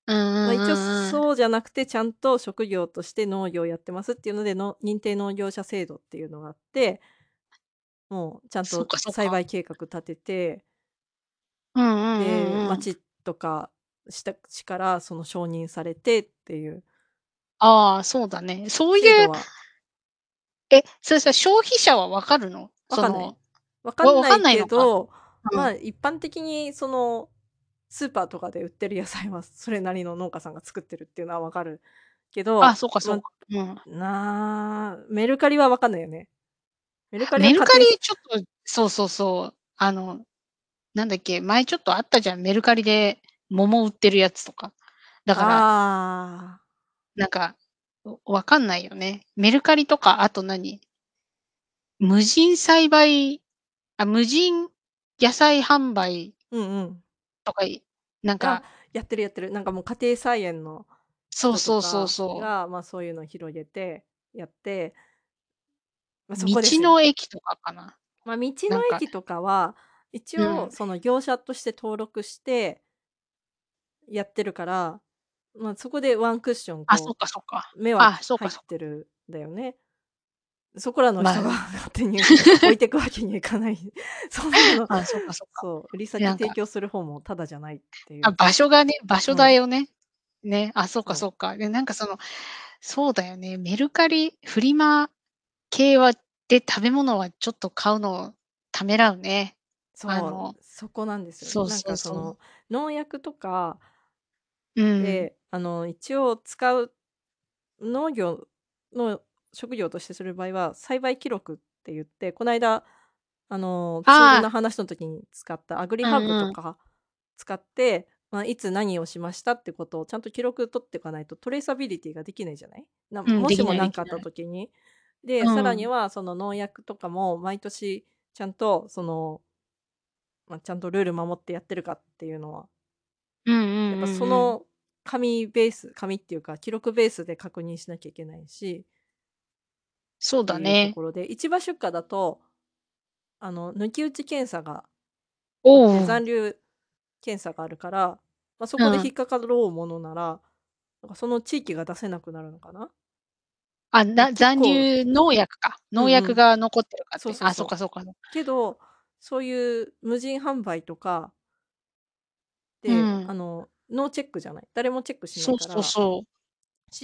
まあ、一応うんうん。 そうじゃなくて、ちゃんと職業として農業をやってますっていうので、認定農業者制度っていうのがあって、もうちゃんそっとかそっか。 栽培計画立てて、 うんうんうで、 んうん。 町とか市からその承認されてっていうああ、そうだね。そういう制度はそれさ、消費者は分かるの？ わかんない。 その、 わかん分かないんないのか。 けど、 うん。 まあ、一般的にその、スーパーとかで売ってる野菜はそれなりの農家さんが作ってるっていうのはわかるけあ、 ど、ま、 そうかそうか。うん。 メルカリはわかんないよね。メルカリはメルカリ家庭ちょっとそうそうそう、なんだっけ、前ちょっとあったじゃん、メルカリで桃売ってるやつとか。だから、 ああ、 なんか、分かんないよね。メルカリとか、あと何、無人栽培無人野菜販売うんうん。 とかなんあ、 かやってるやってる。なんかもう家庭菜園の人とそうそうそうかそう。 が、ま、そういうのを広げてやって、ま、そ道こですよ。 の駅とかかな。 ま、道のなんか駅とかは、一うん。 応その業者として登録してやってるから、ま、そこでワンクッションあ、そっこかそっか。 う、目はあ、そう入っかそっか。 てるんだよね。そこらの人がまあ、 勝手に置いてくわけにはいかない。そんなの、 あ、そっかそっか。 そう、売り先なんか、 提供する方もタダじゃないっていう。 場所がね、場所うん、 だよね。ね、あ、そっかそう。 そっか。で、なんかそうだよね、メルカリ、フリマ系で食べ物はちょっと買うのためらうね。あそう、 のそこなんですよ。 そうなんそうそう。 かその、農薬とかうん。 で、一応使う農業の職業としてする場合は、栽培記録って言って、こないだ、ツールのあ話の時に使ったアグリあ、うハブんうん。 とか使って、まあ、いつ何をしましたってことをちゃんと記録取ってかないと、トレーサビリティができないじゃない？ うん、 もしできも何かあったないできない。 時に。で、 うさらにん。 はその農薬とかも毎年ちゃんとま、ちゃんとルール守ってやってるかっていうのは、 うんうんやっぱうんうん。 その紙っていうか、記録ベースで確認しなきゃいけないしそうっていうとだね。 ころで、市場出荷だと、抜き打ち検査があって、 おお。 残留検査があるから、ま、そうん。 こで引っかかろうものなら、なんかその地域が出せなくなるのかな。結残構留農薬か。農薬うんうん。 が残ってるかって。あ、そっそうそうそう。 かそっか。 けど、そういう無人販売とかで、 うん。 ノーチェックじゃない。誰もチェックしなそうそういから、 そう。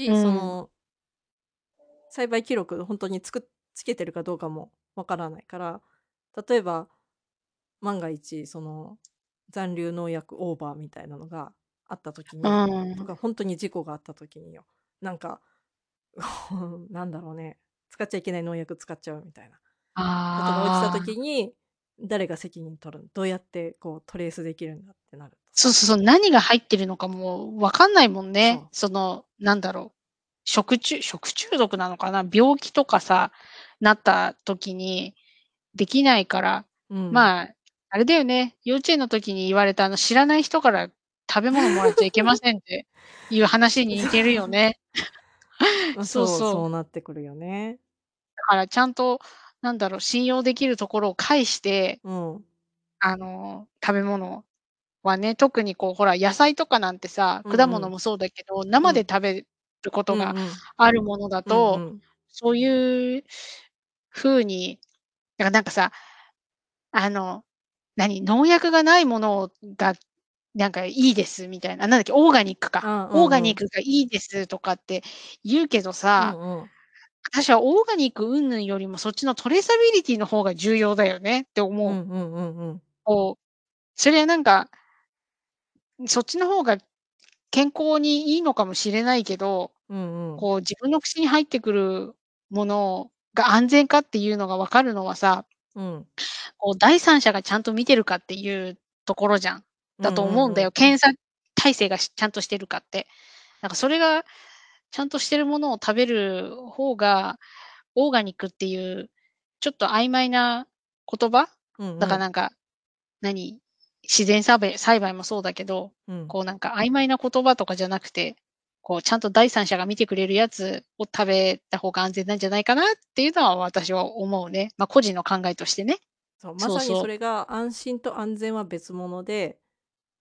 うそん。 の栽培記録ほんとにつけてるかどうかもわからないから、例えば万が一その残留農薬オーバーみたいなのがあった時うにとん。 か、本当に事故があった時によ、なんかなんだろうね、使っちゃいけない農薬使っちゃうみたいなことが起きたああ。 時に、誰が責任取るどうやってこうトレースできるんだってなるとさ。 そうそうそう、何が入ってるのかも分かんないもんね。 そう。 なんだろう、食中毒なのかな、病気とかさ、なった時にできないから、 うん。 まあ、あれだよね、幼稚園の時に言われた知らない人から食べ物もらっちゃいけませんっていう話に似てるよね。 ま、そう、 そうそう。 そうなってくるよね。 だからちゃんと、なんだろう、信用できるところを介して、 うん。 食べ物はね、特にこう、ほら、野菜とかなんてさ、 うんうん。 果物もそうだけど、生うん。 で食べることがうんうん。 あるものだうんうと、 ん。 そういう風に、なんかさ、あの、農薬がないものが、なんかいいですみたいな、なんだっけ、オーガニックか。 あ、うオーガんうん。 ニックがいいですとかって言うけどさ、 うんうん。 私はオーガニック云々よりもそっちのトレーサビリティの方が重要だよねって思う。 うんうんうんうん。 こう、それはなんか、そっちの方が健康にいいのかもしれないけど、 うんうん。 こう自分の口に入ってくるものが安全かっていうのが分かるのはさ、 うん。 こう第三者がちゃんと見てるかっていうところじゃん。 うんだと思うんだよ。 うんうん。 検査体制がちゃんとしてるかって。なんかそれがちゃんとしてるものを食べる方が、オーガニックっていうちょっと曖昧な言葉うんうん。 だからなんか、自然栽培もそうだけど、 うん。 こうなんか曖昧な言葉とかじゃなくて、こうちゃんと第三者が見てくれるやつを食べた方が安全なんじゃないかなっていうのは私は思うね。ま、個人の考えとしてね。 そう、まさにそそうそう。 れが安心と安全は別物で、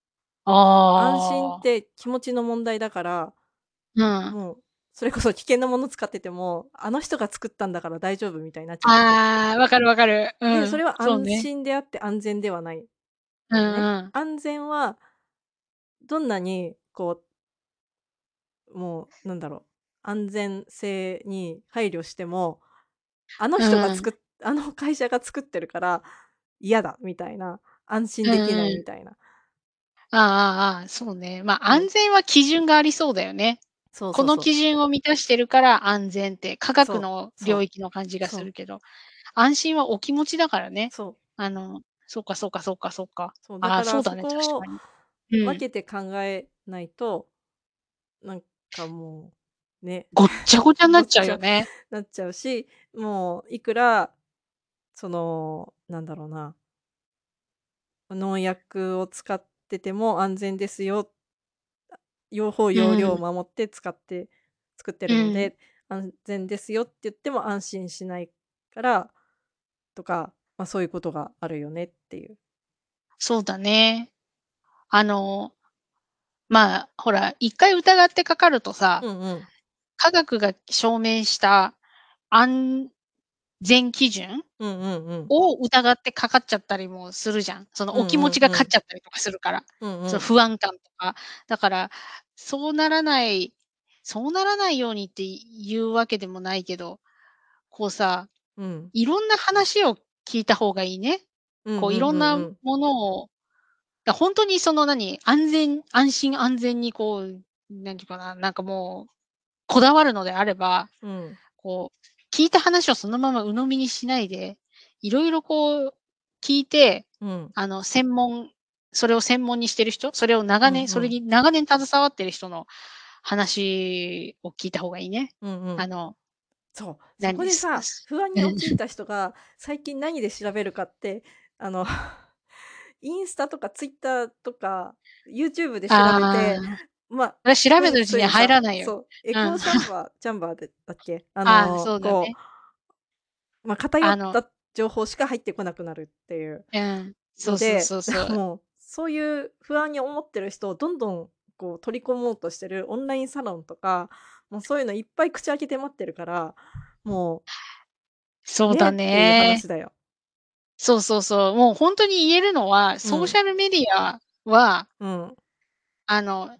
安心っああ。 て気持ちの問題だから、 うん。 もう、それこそ危険なもの使ってても、あの人が作ったんだから大丈夫みたいになっちゃってて。 ああ、分かる分かる。 で、 うん、 それは安そうね。 心であって安全ではないうんのね。 うん。 安全はどんなにこう、もうなんだろう、安全性に配慮しても、あのうん。 あの会社が作ってるから嫌だみたいな、安心うんできなうん。 いみたいな。 ああああああ、そうね。ま、 そう。 安全は基準がありそうだよね。このそうそうそう。 基準を満たしてるから安全って、科学そう、 の領そう、 域の感じがそう、 するけど、安心はお気持ちだからね。 そう。 そうかそうかそうかそうか。 そう、だああ、 からそそうだね、確こをかに。うん。 分けて考えないと、なんかもう、ね、 ごっちゃごちゃになっちゃうごっちゃよね。 なっちゃうし、もういくら、なんだろうな、農薬を使ってても安全ですよ、用法う用量をん、 守って作ってうん。 るので、安全ですよって言っても安心しないからとか、ま、そういうことがあるよねっていう。 そうだね。あの、まあ、ほら、一回疑ってかかるとさ、 うんうん。 科学が証明した安全基準うんうんうん。 を疑ってかかっちゃったりもするじゃん。そのうんお気持ちが勝っうんうん。 ちゃったりとかするから。そのうんうん。 不安感とか。だから、そうならないそうならないようにっていうわけでもないけど、こうさ、 うん。 いろんな話を聞いた方がいいね。こういうんうんろんなうんうん。 ものを、ほんとにその安心安全にこう、なんていうかな、なんかもう、こだわるのであれば、 うん。 こう、聞いた話をそのまま鵜呑みにしないで、いろいろこう聞いて、 うん。 あの、専門それを専門にしてる人、それうんうん。 に長年携わってる人の話を聞いた方がいいね。 うんうん。 あの、 そう、そこ何すでさ、 す不安うん。 に陥った人が最近何で調べるかって、あの、インスタとかツイッターとか、YouTube で調べて、 ああ、 まあ、 それ調べてるうちにはそういうのさ、 入らないよ。 そう、エうん。 コーチャンバーでだっけ？ ああ、そうだね。 ま、偏あのった情報しか入ってこなくなるっていううん、そうそうので、 そうそう。 もう、そういう不安に思ってる人をどんどんこう取り込もうとしてるオンラインサロンとか、もうそういうのいっぱい口開けて待ってるから、もう、 そうだねっていうね。 話だよ。 そうそうそう。もうほんとに言えるのは、 うん、 ソーシャルメディアは、 うん、 あの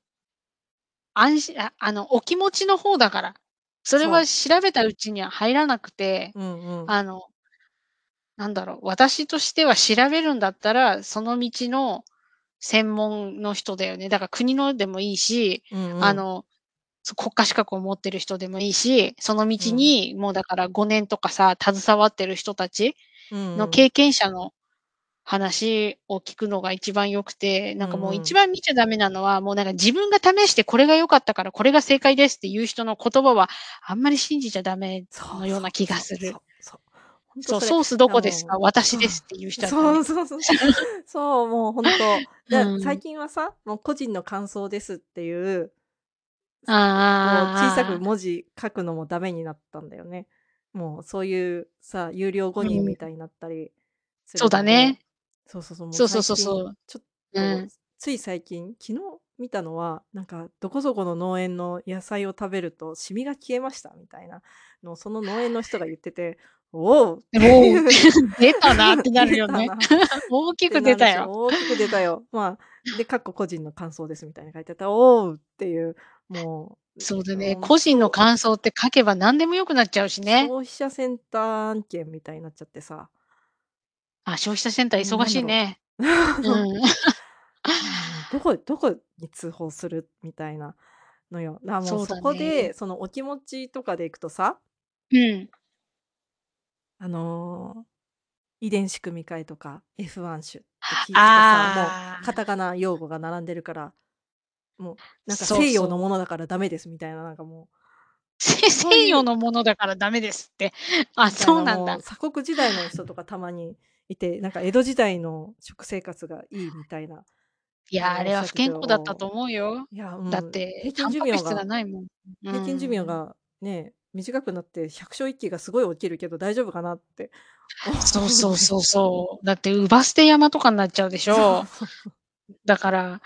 お気持ちの方だから。それはそう。 調べたうちには入らなくて、 うんうん。 あの、なんだろう、私としては調べるんだったら、その道の専門の人だよね。だから国のでもいいし、 うんうん。 あの、国家資格を持ってる人でもいいし、その道うん。 にもうだから5年とかさ、携わってる人たちうんうん。 の経験者の話を聞くのが一番良くて、 うなんかもう一んうん。 番見ちゃダメなのは、もうなんか自分が試してこれが良かったからこれが正解ですっていう人の言葉は、あんまり信じちゃダメそうそうのような気がそうする。 そうそう。ほんとそう、 それ。 ソースどこですか？ もう、 私ですっていう人はダメ。 そうそうそう。そう、もうほんと。最うん。 近はさ、もう個人の感想ですっていう、 ああこう小さくああああ。 文字書くのもダメになったんだよね。もうそういうさ、有料誤うん。 認みたいになったりすそうるので、 だね。 そうそうそう、もうそうそう最近そうそう。 ちょっと、 うん。 つい最近、昨日見たのは、なんかどこそこの農園の野菜を食べるとシミが消えましたみたいなのを、その農園の人が言ってて、おおっておお、 いう、 出たなってなるよね。 出たなっ大きてなるし、 く出たよ。 大きく出たよ。まあ、で、かっこ個人の感想ですみたいに書いてあったら、おおっていう、もう、 そうだね、 もう、 個人の感想って書けば何でも良くなっちゃうしね。 消費者センター案件みたいになっちゃってさ、 あ、消費者センター忙なんだろしいね。 う。 うん。 どこに通報するみたいなのよ。もうそうそだね。 こで、そのお気持ちとかでいくとさ、 うん。 あの、遺伝子組み換えとか F1 種って聞くとさ、もうああ、 カタカナ用語が並んでるから、もうなんかそう西洋のもそう。 のだからダメですみたいな、なんかもそういう、 西洋のものだからダメですって。あ、 みたいな、 そうなんだ。 もう鎖国時代の人とかたまにいて、なんか江戸時代の食生活がいいみたいないや、あれは不のをおっしゃってて、 健康だったと思うよ。 いや、 だって、 平均タンパク質が寿命がないもん。う平均寿命ん。 がね、短くなって百姓一揆がすごい起きるけど大丈夫かなってそう思うのよ。 そうそうそう。だって、姥捨て山とかになっちゃうでしそうょ。 そうそう。 だから、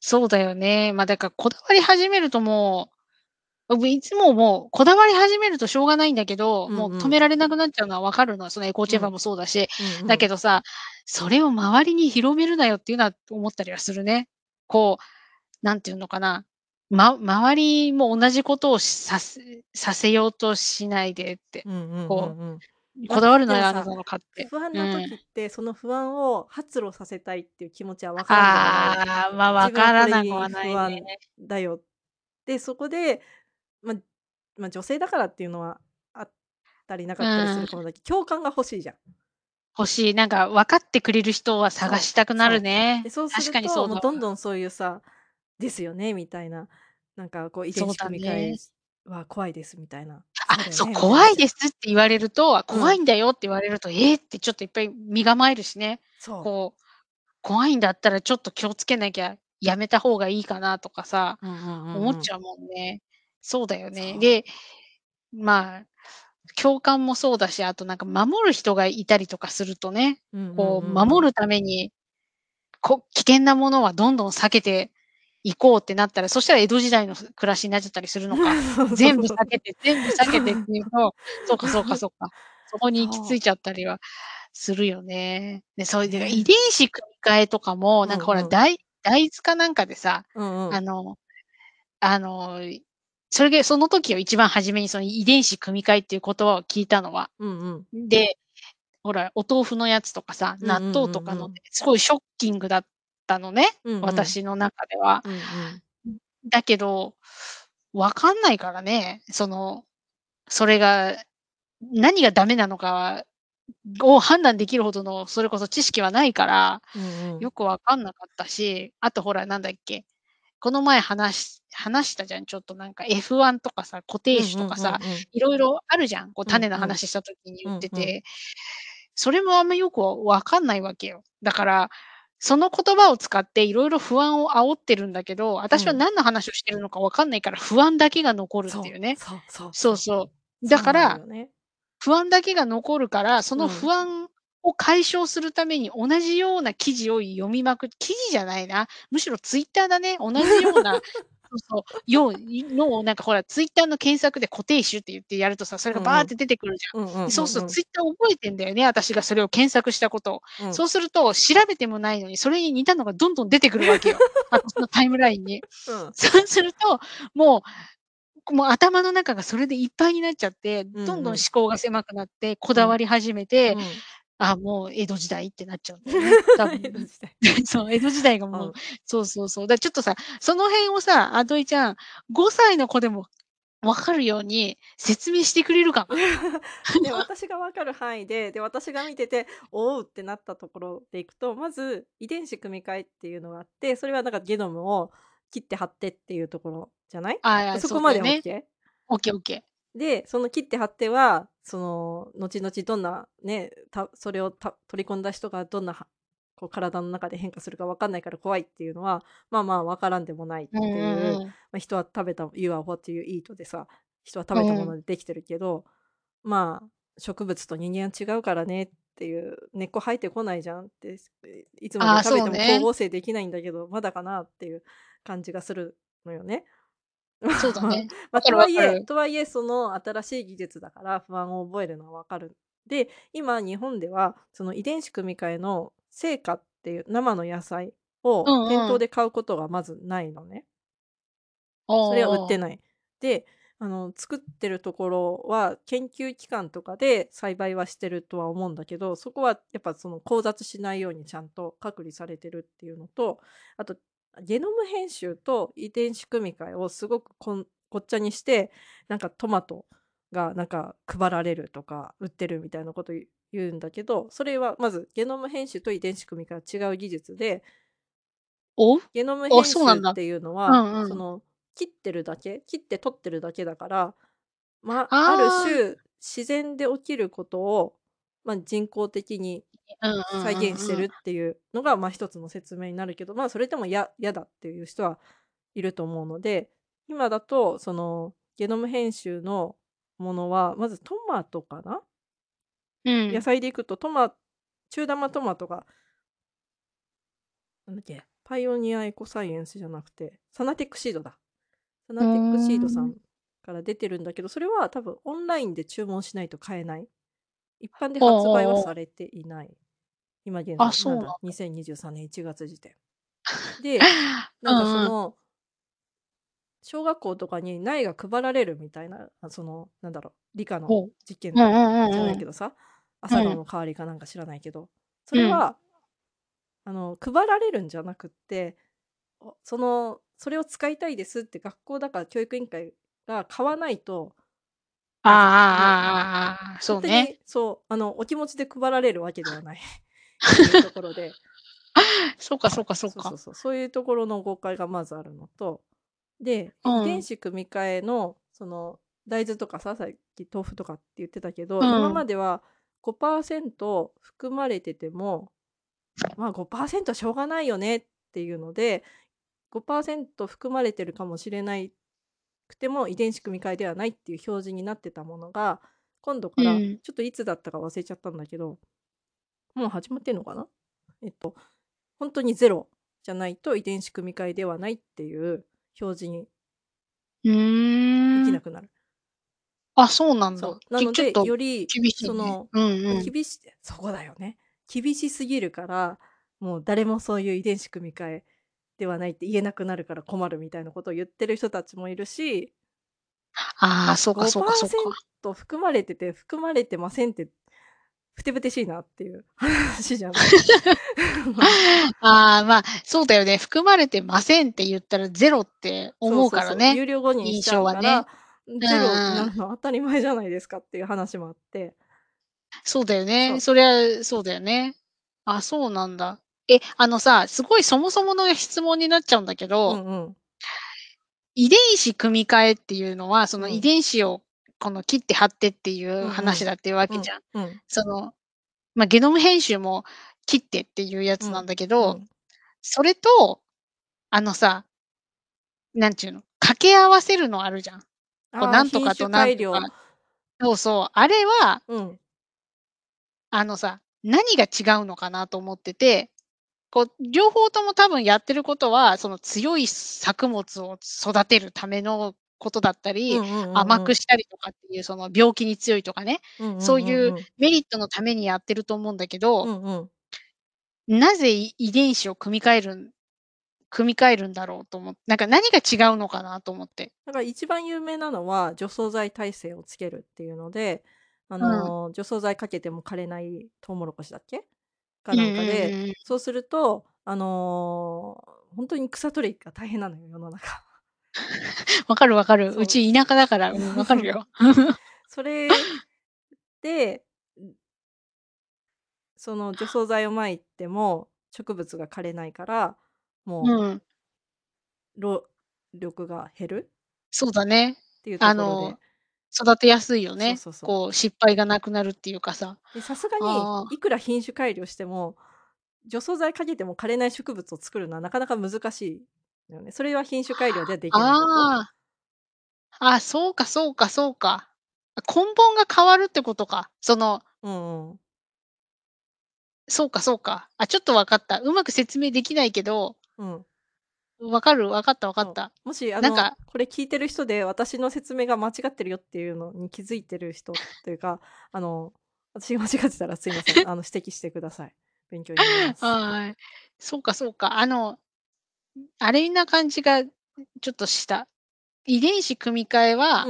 そうだよね。だからこだわり始めるといつももうこだわり始めるとしょうがないんだけど、もう止うんうん。 められなくなっちゃうのは分かるの。そのエコーチェンバーうん。 もそうだし。 うんうん。 だけどさ、それを周りに広めるなよっていうのは思ったりはするね。こう、なんていうのかな、周りも同じことをさせようとしないでって。 うんうんうこんうん。 う、こま、 だわるのでもさ、 はあなたの勝手。 不安なうん。 時って、その不安を発露させたいっていう気持ちは分からんでもない。 ああ、 自分はこれ分からなくはないね。 に不安だよ。で、そこで、ま女性だからっていうのはあったりなかうったりするん。 かもだけど、共感が欲しいじゃん。 欲しい。なんか分かってくれる人は探そう、 したくなるそう。で、 ね。 そうす確かにると、 そうだわ。 もうどんどんそういうさ、ですよねみたいな、なんかこう遺伝そう子組み換えだね。 は怖いですみたいな、 あ、そう、 そうだよねみたいになっちゃう。 怖いですって言われると、 うん、 怖いんだよって言われると、えってちょっといっぱい身構えるしね。 そこう、怖いんだったらちょっと気をつけなきゃやめた方がいいかなとかさ、 う。うんうんうんうん。 思っちゃうもんね。そうだよね。 そう。 で、まあ、共感もそうだし、あとなんか守る人がいたりとかするとね、 うんうんこううんうん。 守るために、危険なものはどんどん避けていこうってなったら、そしたら江戸時代の暮らしになっちゃったりするのか。 そうそう全そうそう。 部避けて全部避けてっていうと、そうかそうかそうか。そこに行き着いそちゃったりはするよね。で、そう。 ういう遺ね。 伝子組み換えとかも、なんかほら、 うんうん。 大豆かなんかでさ、 うんうん。 あのあの、それでその時を一番初めにその遺伝子組み換えっていう言葉を聞いたのは。 うんうん。 で、ほら、お豆腐のやつとかさ、納うんうん豆とかのうんうん。 すごいショッキングだったのね、 うんうん。 私の中では。 うんうん。 だけど、分かんないからね、それが何がダメなのかを判断できるほどの、それこそ知識はないから、 うんうん。 よく分かんなかったし、あとほらなんだっけ、この前話したじゃん、ちょっとなんか F1 とかさ、固定うんうん種とかさ、 うんうん。 いろいろあるじゃん、こう種のうんうん。 話した時に言っうんうん。 てて。それもあんまよく分かんないわけよ。だから、その言葉を使っていろいろ不安を煽ってるんだけど、私はうん。 何の話をしてるのか分かんないから不安だけが残るっていうね。 そう、そうそうそう。 そうそう。だそうなのから、 よね。 不安だけが残るから、そのうん。 不安を解消するために同じような記事を読みまく記事じゃないな、むしろツイッターだね。同じような、そうそう、のをなんかほら、ツイッターの検索で固定種って言ってやるとさ、それがバーってうんうん。 出てくるじゃん。 うんうんで、そうするとうんうん。 ツイッター覚えてんだよね、私がそれを検索したことを。 うん。 そうすると、調べてもないのに、それに似たのがどんどん出てくるわけよ。私のタイムラインに。 うん。 そうすると、ももう頭の中がそれでいっぱいになっちゃって、どんどん思うんうん。 考が狭くなって、こうん。 だわり始めて、 うん。 あ、もう江戸時代ってなっちゃうんだよね。多分。 江戸時代。 そう、江戸時代がもう、 うん。 そうそうそう。ちょっとさ、その辺をさ、アトイちゃん、5歳の子でも分かるように説明してくれるかな？ で、私が分かる範囲で、私が見てて、おおってなったところでいくと、まず遺伝子組み換えっていうのがあって、それはなんかゲノムを切って貼ってっていうところじゃない？ ああ、 そこまではオッそうだよね。 ケー？ オッケーオッケー。 で、その切って貼っては、その後々どんなね、それを取り込んだ人がどんなこう体の中で変化するか分かんないから怖いっていうのは、まあまあ分からんでもないっうんていう、 うんうん。 人は食べた You are what you eat でさ、人は食べたもうん。 のでできてるけど、まあ、植物と人間は違うからねっていう、根っこ生えてこないじゃんって、いつまでああ、 食べても光そうね。 合成できないんだけど、まだかなっていう感じがするのよね。 そうだね。 まあ、 分かとはいえる分かる。 とはいえ、その新しい技術だから不安を覚えるのは分かる。で、今日本ではその遺伝子組み換えの成果っていう生の野菜うを店んうん。 頭で買うことがまずないのね。 おそれは売っおおお。 てない。で、作ってるところは研究機関とかで栽培はしてるとは思うんだけど、そこはやっぱその交雑しないようにちゃんと隔離されてるっていうのと、あとゲノム編集と遺伝子組み換えをすごくごっちゃにして、なんかトマトがなんか配られるとか売ってるみたいなこと言うんだけど、それはまずゲノム編集と遺伝子組み換えは違う技術で、 お？ ゲノムあ、 編そうなんだ。 集っていうのは、 うんうん。 その、切って取ってるだけだから、あるああ。 種、自然で起きることを、人工的にうんうん再現してうんうん。 るっていうのが、一つの説明になるけど、それでも嫌だっていう人はいると思うので、今だと、その、ゲノム編集のものは、まずトマトかな？野うん。 菜でいくと中玉トマトがなんだっけ、 パイオニアエコサイエンスじゃなくて、サナテックシードだ。サナテックシードさんから出てるんだけど、それは多分オンラインで注文しないと買えない。一般で発売はされていない。今現在、なんだ、2023年1月時点。で、なんかその、小学校とかに苗が配られるみたいな、なんだろう、理科の実験じゃないけどさ、朝顔の代わりかなんか知らないけど、それは、配られるんじゃなくって、それを使いたいですって学校だから教育委員会が買わないと、 そうね。 本当にお気持ちで配られるわけではないっていうところでそうか。 そういうところの誤解がまずあるのと、で、遺伝子組み換えの大豆とかさっき豆腐とかって言ってたけど、今までは 5% 含まれててもまあ 5% はしょうがないよねっていうので 5% 含まれてるかもしれないくても遺伝子組み換えではないっていう表示になってたものが、今度からちょっといつだったか忘れちゃったんだけど、もう始まってんのかな、本当にゼロじゃないと遺伝子組み換えではないっていう表示にできなくなる。 そうなんだ。 そうなのでより厳しいね。 厳しい、そこだよね。厳しすぎるからもう誰もそういう遺伝子組み換えではないって言えなくなるから困るみたいなことを言ってる人たちもいるし、 そうか。 5% 含まれてて含まれてませんってふてぶてしいなっていう話じゃない。 まあそうだよね。含まれてませんって言ったらゼロって思うからね。 有料語にしちゃうから、ゼロなの当たり前じゃないですかっていう話もあって。 そうだよね。そりゃそうだよね。そうなんだ。さ、すごいそもそもの質問になっちゃうんだけど、遺伝子組み換えっていうのは、その遺伝子を切って貼ってっていう話だっていうわけじゃん。ゲノム編集も切ってっていうやつなんだけど、それと、さ、なんちゅうの、掛け合わせるのあるじゃん。なんとかとなんとか。そう。あれは、何が違うのかなと思ってて、両方とも多分やってることは、その強い作物を育てるためのことだったり、甘くしたりとかっていう、その病気に強いとかね、そういうメリットのためにやってると思うんだけど、なぜ遺伝子を組み換えるんだろうと思って、なんか何が違うのかなと思って。 だから一番有名なのは除草剤耐性をつけるっていうので、除草剤かけても枯れないトウモロコシだっけかなんかで、そうすると本当に草取りが大変なのよ、世の中。 わかる。うち田舎だから、わかるよ。 それで、その除草剤を撒いても植物が枯れないから、もう労力が減るそうだね。 っていうところで。 育てやすいよね。 そう。 失敗がなくなるっていうかさ。 で、さすがにいくら品種改良しても、除草剤かけても枯れない植物を作るのはなかなか難しいよね。それは品種改良ではできないこと。 そうか。根本が変わるってことか。そうか。ちょっと分かった。うまく説明できないけど、分かった。 もしこれ聞いてる人で私の説明が間違ってるよっていうのに気づいてる人っていうか、私が間違ってたらすいません。指摘してください。勉強になります。 はい。そうか。あれな感じがちょっとした。遺伝子組み換えは、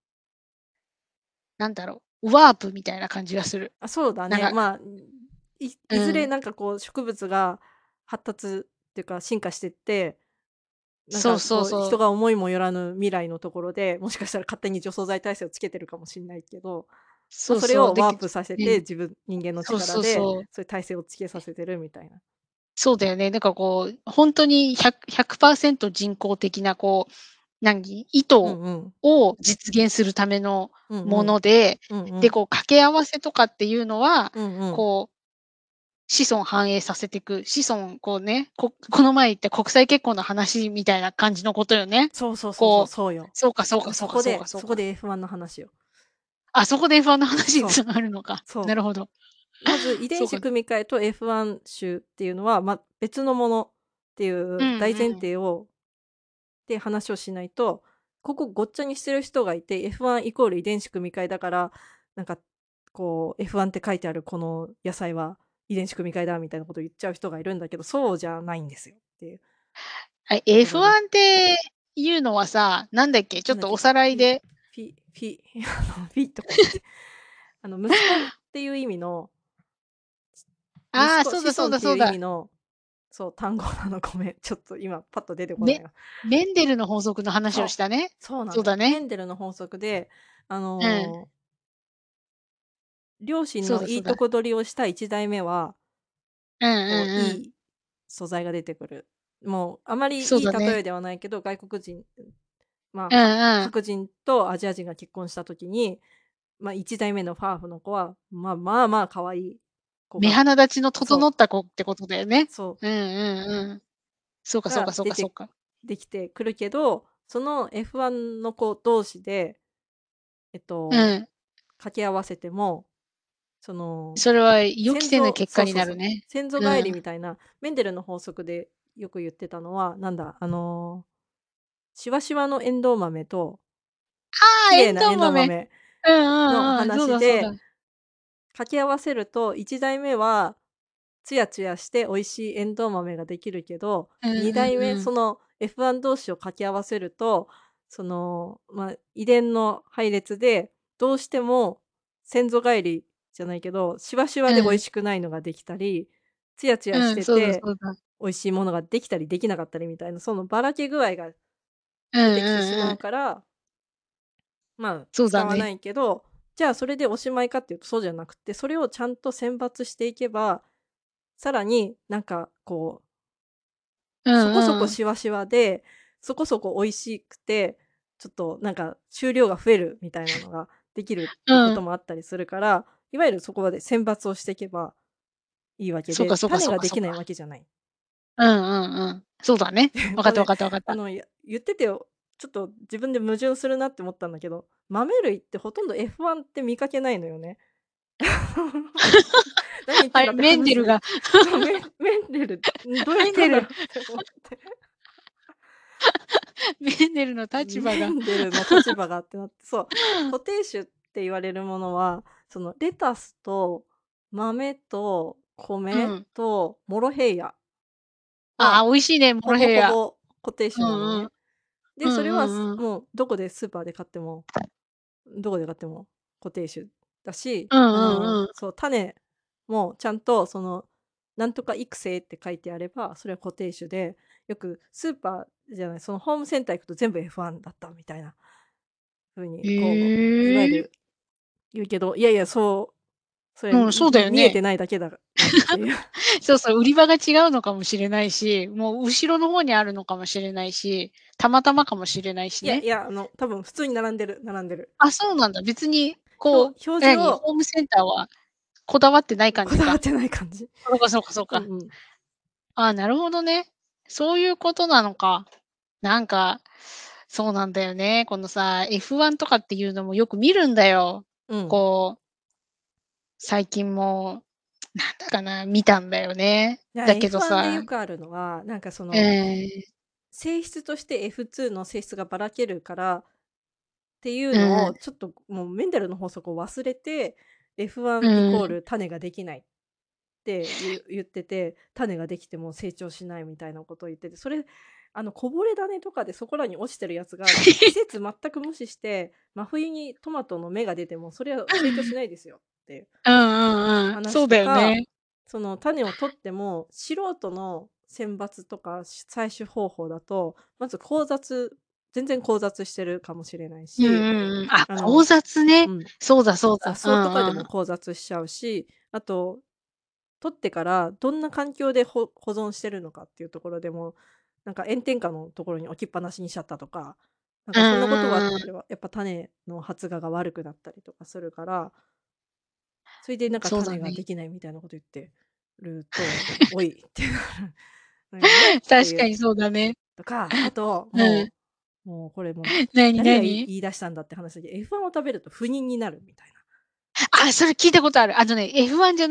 なんだろう、ワープみたいな感じがする。 そうだね。いずれなんか植物が発達っていうか進化してって、なんか人が思いもよらぬ未来のところで、もしかしたら勝手に除草剤耐性をつけてるかもしれないけど、それをワープさせて人間の力でそういう耐性をつけさせてるみたいな。 そうだよね。なんか本当に100% 人工的な意図を実現するためのもので、掛け合わせとかっていうのは、子孫繁栄させていく、子孫この前言った国際結婚の話みたいな感じのことよね。 そうよ。 そうか。そこで F1 の話よ。 そこで F1 の話につながるのか。なるほど。 まず遺伝子組み換えと F1 種っていうのは、別のものっっていう大前提をで話をしないと、ここごっちゃにしてる人がいて、F1 イコール遺伝子組み換えだから、なんかこう F1 って書いてあるこの野菜は遺伝子組み換えだみたいなことを言っちゃう人がいるんだけど、そうじゃないんですよっていうところで。 F1 っていうのはさ、なんだっけ、ちょっとおさらいで。 フィとか言って。息子っていう意味の、 ああ、 子そうだそ孫っていう意うだそうだ。 味の、そう、単語なの。ごめん。ちょっと今パッと出てこないな。 メンデルの法則の話をしたね。 そうなのよ。 そうだね。 メンデルの法則で、 うん。 両親のいいそうだそうだ。 とこ取りをした1代目は、 うんこう、 うんうん。 いい素材が出てくる。もう、あまりそうだね。 いい例えではないけど、外国人、まうんあ、 うん。 白人とアジア人が結婚した時に、まあ、1代目のファーフの子は、まあまあ可愛い子目が、 鼻立ちの整そう、 った子ってことだよね。 そううんうんうん。そうかそうかが出てそうかそうか。 できてくるけど、その F1 の子同士で、 うん。 掛け合わせても、その、 それは予期せぬ結果にそうそうそう。 なるね。 先祖返りうん。 みたいな、メンデルの法則でよく言ってたのは、なんだ、しわしわのエンドウ豆と、 ああ、エン綺麗なエドウ豆。 ンドウ豆うんうのんうん。そうだそうだ。 話で、掛け合わせると、1代目はツヤツヤして美味しいエンドウ豆ができるけど、 うん 2代目、 うんうん。 その F1 同士を掛け合わせると、遺伝の配列で、どうしても先祖返りじゃないけど、しわしわで美味うん。 しくないのができたり、ツヤツヤしうん、そうだててそうだ。 美味しいものができたりできなかったりみたいな、そのばらけ具合がうん出てきてしまううんうん。 から、使わなそうだね。 いけど、じゃあそれでおしまいかっていうとそうじゃなくて、それをちゃんと選抜していけば、さらになんかこう、 うそこそんうん。 こしわしわで、そこそこ美味しくて、ちょっとなんか収量が増えるみたいなのができるってことうん。 もあったりするから、いわゆるそこまで選抜をしていけばいいわけで、 そうかそうか種ができないそうかそうか。 わけじゃない。 うんうんうん。そうだね。分かった分これ、 かった分かった。 言っててよ、ちょっと自分で矛盾するなって思ったんだけど、豆類ってほとんど F1 って見かけないのよね。何言ってあれ、 んだって話で。 メンデルがそう、メンデル、どうやったんだろメンデルうって思って。 メンデルの立場が。 メンデルの立場がってなって、そう、固定種って言われるものは、そのレタスと豆と米うん。 とモロヘイヤは、 ああ、美味しいね、モほぼロヘイヤ。 ほぼ固定種なのね。 うんうん。うで、それはんうんうん。 もうどこでスーパーで買っても、どこで買っても固定種だし、 うんうんうん。 そう、種もちゃんとその、なんとか育成って書いてあれば、それは固定種で、よくスーパーじゃない、そのホームセンター行くと全部 F1 だったみたいな風に、こう、いわへえ。 ゆる言うけど、いやいや、それ、 うん、そうだよね。 見えてないだけだよっていう。 そうそう、売り場が違うのかもしれないし、もう後ろの方にあるのかもしれないし、たまたまかもしれないしね。 いやいや、多分普通に並んでる。 あ、そうなんだ。別に、こう、 表示をホームセンターはこだわってない感じか。 こだわってない感じ。 そうかそうかそうか。 うんうん。 あ、なるほどね。そういうことなのか。なんか、そうなんだよね。このさ、F1 とかっていうのもよく見るんだよ。 うん。 こう、最近も、なんだかな、見たんだよね。だけど F1 でさ、 よくあるのは、 ええ、 性質として F2 の性質がばらけるからっていううん、 のを、ちょっともうメンデルの法則を忘れて、 う F1 イコーん。 ル種ができないって言ってて、種ができても成長しないみたいなことを言ってて、それ、こぼれ種とかでそこらに落ちてるやつが、季節全く無視して、真冬にトマトの芽が出ても、それは成長しないですよっていううんうんうん。そ話うだとか、 よね。 その種を取っても、素人の選抜とか採取方法だと、まず全然交雑してるかもしれないうんし、 うんうん。あ、交あの雑ね。 うん、 そうだそうだ。う雑草とかでんうん。 も交雑しちゃうし、あと取ってからどんな環境で保存してるのかっていうところでも、なんか炎天下のところに置きっぱなしにしちゃったとか、なんうんかそんなことがあっうんうん。 たらやっぱ種の発芽が悪くなったりとかするから、それでなんか種がそうだね。 できないみたいなこと言ってると、おいってなるよねっていう確かにそうだね。 とか、あと、 うん。 もうこれもう、 なに誰がなに？ 言い出したんだって話で、F1 を食べると不妊になるみたいな。 あ、それ聞いたことある。F1 じゃない。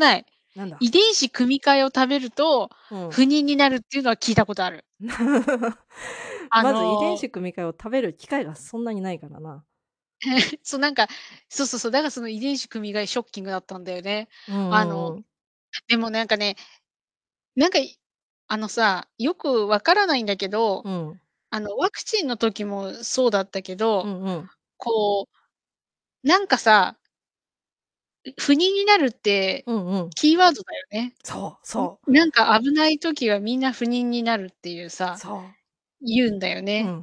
なんだ。 遺伝子組み換えを食べると、 うん。 不妊になるっていうのは聞いたことある。あまず遺伝の、 子組み換えを食べる機会がそんなにないからな。 そうなんか、そうそうそう、だからその遺伝子組み換えショッキングだったんだよね。 うんうあの、 んうん。 でもなんかね、なんか、よくわからないんだけど、 うん。 ワクチンの時もそうだったけど、 うんうん。 こなんかさ、不妊になるってうんうん。 キーワードだよね。 そうそう。 なんか危ない時はみんな不妊になるっていうさ、 そ言うんだよう。うね。 ん。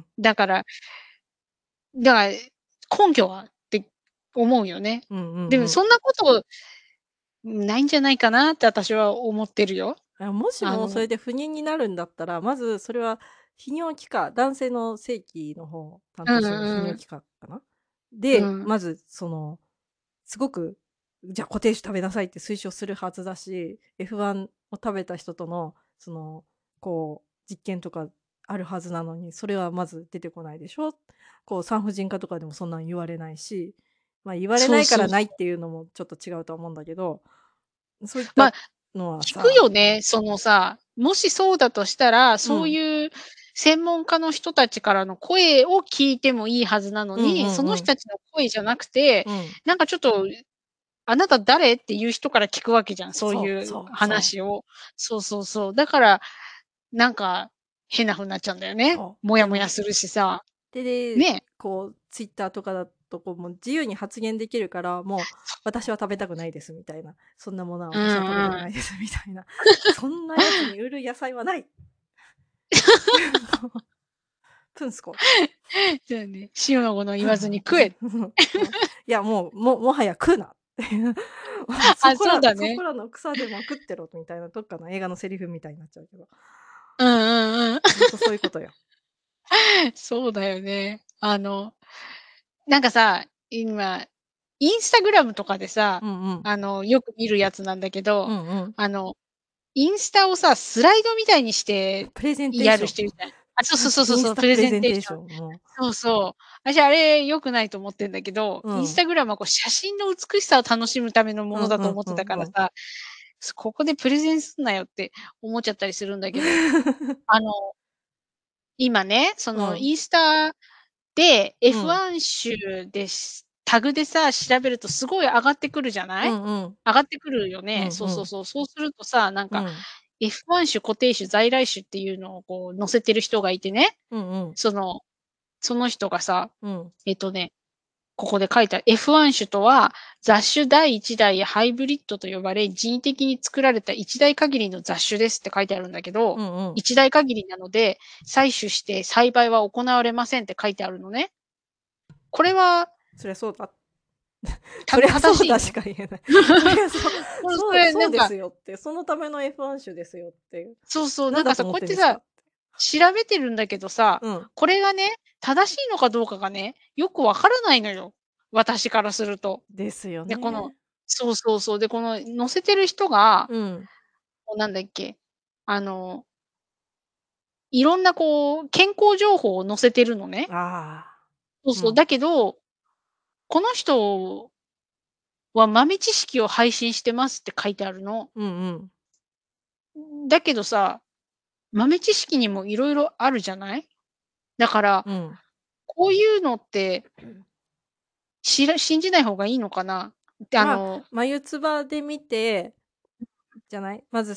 だから根拠はって思うよね。 うんうんうん。 でもそんなことないんじゃないかなって私は思ってるよ。 もしあのもそれで不妊になるんだったら、まずそれは泌尿器科、男性の性器の方を担うん当する泌うん。 尿器科かな。で、 うん。 まずすごく、じゃあ固定種食べなさいって推奨するはずだし、F1 を食べた人との実験とかあるはずなのに、それはまず出てこないでしょ。産婦人科とかでもそんなん言われないし、言われないからそうそう。 ないっていうのもちょっと違うとは思うんだけど、そういったま、 のは聞くさ、 よね。そのさ、もしそうだとしたら、 うん。 そういう専門家の人たちからの声を聞いてもいいはずなのうんうに、そんうん。 の人たちの声じゃなくて、 うん。 なんかちょっと、あなた誰っていう人から聞くわけじゃん、そうそういうそうそう。 話を。そうそうそう。だから、なんか変な風になっちゃうんだよね。 そう。 もやでももやするしさ。 で、 ね。 ツイッターとかだともう自由に発言できるから、もう私は食べたくないですみたいな、そんなものはうん私は食べたうん。 くないですみたいな、そんなやつに売る野菜はない。プンスコ。 そうね。塩のもの言わずに食え。 いや、もはや食うなっていう。 あ、そうだね。 そこらの草でも食ってろみたいな、どっかの映画のセリフみたいになっちゃうけど。 うんうんうん。 ほんとそういうことよ。 そうだよね。なんかさ、今、インスタグラムとかでさ、 うんうん。 よく見るやつなんだけど、 うんうん。 あの、インスタをさ、スライドみたいにしてプレゼンテーやション。 る人いるじゃん。あ、そうそうそうそうそう、 インスタプレゼンプレゼンテーテーション。 ション、もそうそう。私あれ良くないと思ってんだけど、 う。うん。 インスタグラムは写真の美しさを楽しむためのもうんうんのだと思ってたうんうん。 からさ、ここでプレゼンすんなよって思っちゃったりするんだけど、あの、今ね、そうん。 のインスタで、 うん。 F1 種タグでさ、調べるとすごい上がってくるじゃなうい？ んうん。 上がってくるようね。 んうん。 そうそうそう。そうするとさ、なんかうん。 F1 種、固定種、在来種っていうのを載せてる人がいてね、 うんうん。 そのその人がさ、 うん。 えっとね、ここで書いてある F1 種とは、雑種第1代ハイブリッドと呼ばれ、人為的に作られた一代限りの雑種ですって書いてあるんだけど、 うんうん。 一代限りなので、採取して栽培は行われませんって書いてあるのね。これはそりゃそうだ。そりゃそうだし正しいの？ か言えない。そりゃそう、 それそうでなんか、 すよって、そのための F1 種ですよっていう。 そうそう、なんかさ、 なんだと思こうやってさ、 ってんですか？ 調べてるんだけどさ、 うん。 これがね、正しいのかどうかがね、よくわからないのよ。私からすると。 ですよで、 ね。 そうそうそう。で、この載せてる人が、 うん。 なんだっけ、あの、いろんな健康情報を載せてるのね。 ああ。 そうそう。 うん。 だけど、この人は豆知識を配信してますって書いてあるの。 うんうん。 だけどさ、豆知識にもいろいろあるじゃない？だから、 うん。 こういうのって信じない方がいいのかな？で、 眉唾で見てじゃない？まず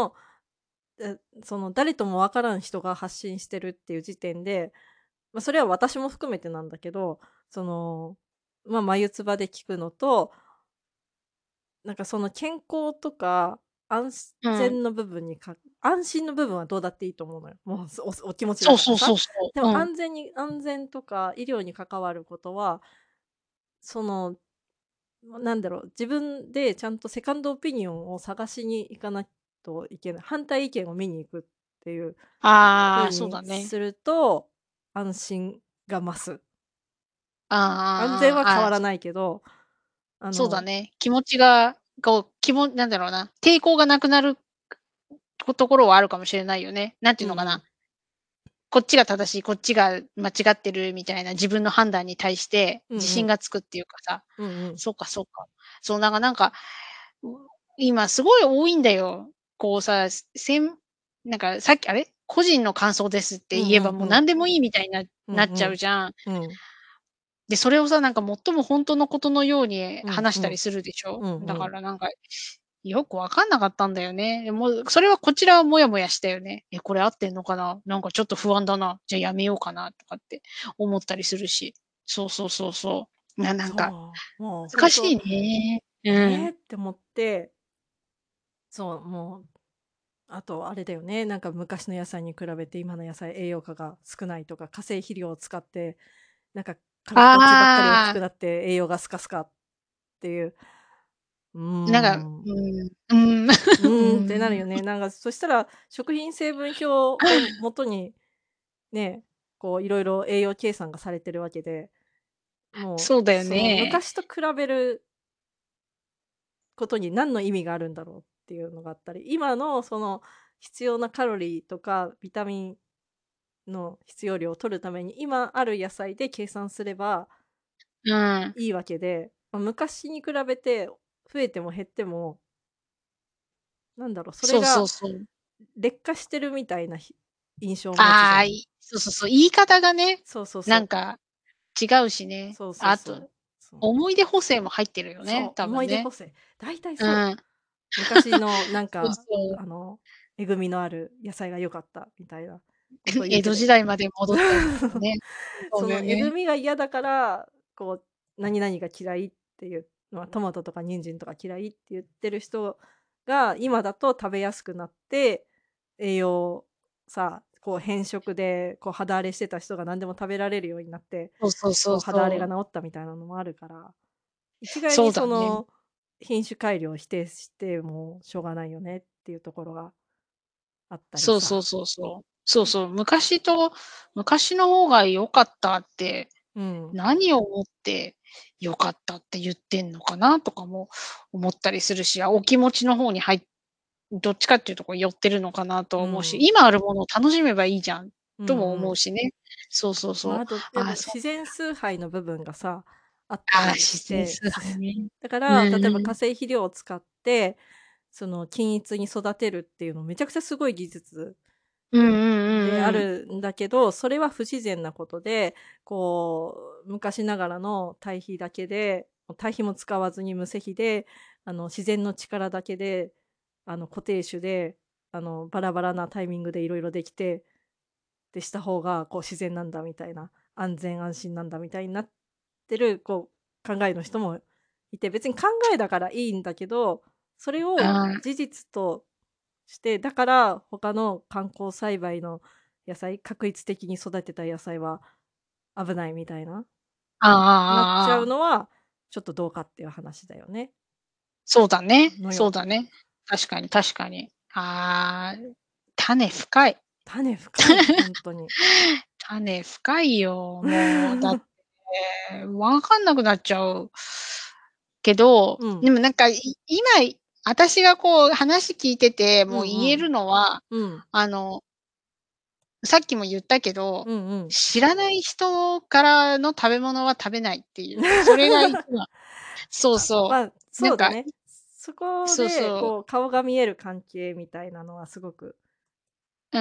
誰ともわからん人が発信してるっていう時点で、それは私も含めてなんだけど、その、眉唾で聞くのと、なんかその健康とか安うん。 全の部分安心の部分はどうだっていいと思うのよ。もう、お気持ちそうだからさ。 そうそうそでう。うん。 も安全とか医療に関わることは、その、なんだろう、自分でちゃんとセカンドオピニオンを探しに行かないといけない。反対意見を見に行くっていうああ、そう風にだね。 すると、安心が増す。 あ安全あああああ、ああ、 は変わらないけど、あのそうだね。気持ちが、なんだろうな、抵抗がなくなるところはあるかもしれないよね。なんていうのかな、 うんうん。 こっちが正しい、こっちが間違ってるみたいな自分の判断に対して自うんうん。 信がつくっていうかさ、 うんうん。 そうかそうか。そう、なんか、 今すごい多いんだよ。こうさ、なんかさっき個人の感想ですっうんて言えばうんうん。 もう何でもいいみたいになっちゃううんうん。 じゃん。 うん。 で、それをさ、なんか最もほんとのことのようにうんうん。 話したりするでしょ。 うんうん。 だからなんか、よくわかんなかったんだよね。でも、それはこちらはモヤモヤしたよね。これ合ってんのかな、なんかちょっと不安だな、じゃあやめようかなとかって思ったりするし。そうそうそうそう。なんか、 そう、もうほんと、 難しいね。うん。 って思って、そう、もう、あとあれだよね、なんか昔の野菜に比べて今の野菜栄養価が少ないとか、化成肥料を使って、なんか辛っぽちばっかり大きああ、 くなって栄養がスカスカっていう、うーなんか、 ん、ううーんってなるん。 よね。なんかそしたら食品成分表をもとにね、こういろいろ栄養計算がされてるわけで、もうそうだよそのね。 昔と比べることに何の意味があるんだろうっていうのがあったり、今のその必要なカロリーとかビタミンの必要量を取るために、今ある野菜で計算すればうん。 いいわけで、昔に比べて増えても減っても、なんだろう、それそうそがうそう。 劣化してるみたいな印象を持つじゃああ、 ん。 そうそうそう、言い方がね、 そうそうそう。 なんか違うしね。 そうそうあと、 そう。そう。 思い出補正も入ってるよね、 そう、思い出補多分ね。 正。大体そう。 うん。 昔のなんそうか、 そう。 えぐみのある野菜が良かったみたいなことを言う江戸けど、 時代まで戻っちゃうんだよね。そうそのえぐだよね。 みが嫌だから、こう、何々が嫌いっていうのは、トマトとか人参とか嫌いって言ってる人が、今だと食べやすくなって、栄養さ、こう変色で、こう肌荒れしてた人が何でも食べられるようになって、 そうそうそうこう肌荒れそう。 が治ったみたいなのもあるから、一概にそうだね。 その品種改良を否定してもしょうがないよねっていうところがあったりそうそうさ。 そうそう。そうそう、昔の方が良かったって、 うん。 何をもって良かったって言ってんのかなとかも思ったりするし、お気持ちの方にどっちかっていうとこう寄ってるのかなと思うし、 うん。 今あるものを楽しめばいいじゃんうんともうん。 思うしね。そうそうまあ、 そう。 あと、やっぱああ、そう。 自然崇拝の部分がさ、あったああ、 り自して、 然崇拝ね。 だかうら、例えばんうん。 化成肥料を使って、その均一に育てるっていうのめちゃくちゃすごい技術うんうんうんであうん。 るんだけど、それは不自然なことで、こう、昔ながらの堆肥だけで、堆肥も使わずに無施肥で、自然の力だけで、固定種で、バラバラなタイミングでいろいろできて、でした方が、こう自然なんだみたいな、安全安心なんだみたいになってる、こう、考えの人もいて、別に考えだからいいんだけど、それをああ、 事実として、だから他の観光栽培の野菜、画一的に育てた野菜は危ないみたいな、 ああなっちゃああああ。 うのは、ちょっとどうかっていう話だよね。 そうだね、 のよ。 そうだね。確かに確かに。ああ、種深い。 種深い、ほんとに。 種深いよ、もう。だって、分かんなくなっちゃうけど、 うん。 でもなんか、今、私がこう話聞いてて、もううん言えるうん。 のは、 うん。 あの、さっきも言ったけど、 うんうん。 知らない人からの食べ物は食べないっていう、それが一番。そうそう。なんか、 そうだね。そこそうで、 そう。 こう、顔が見える関係みたいなのはすごくうん。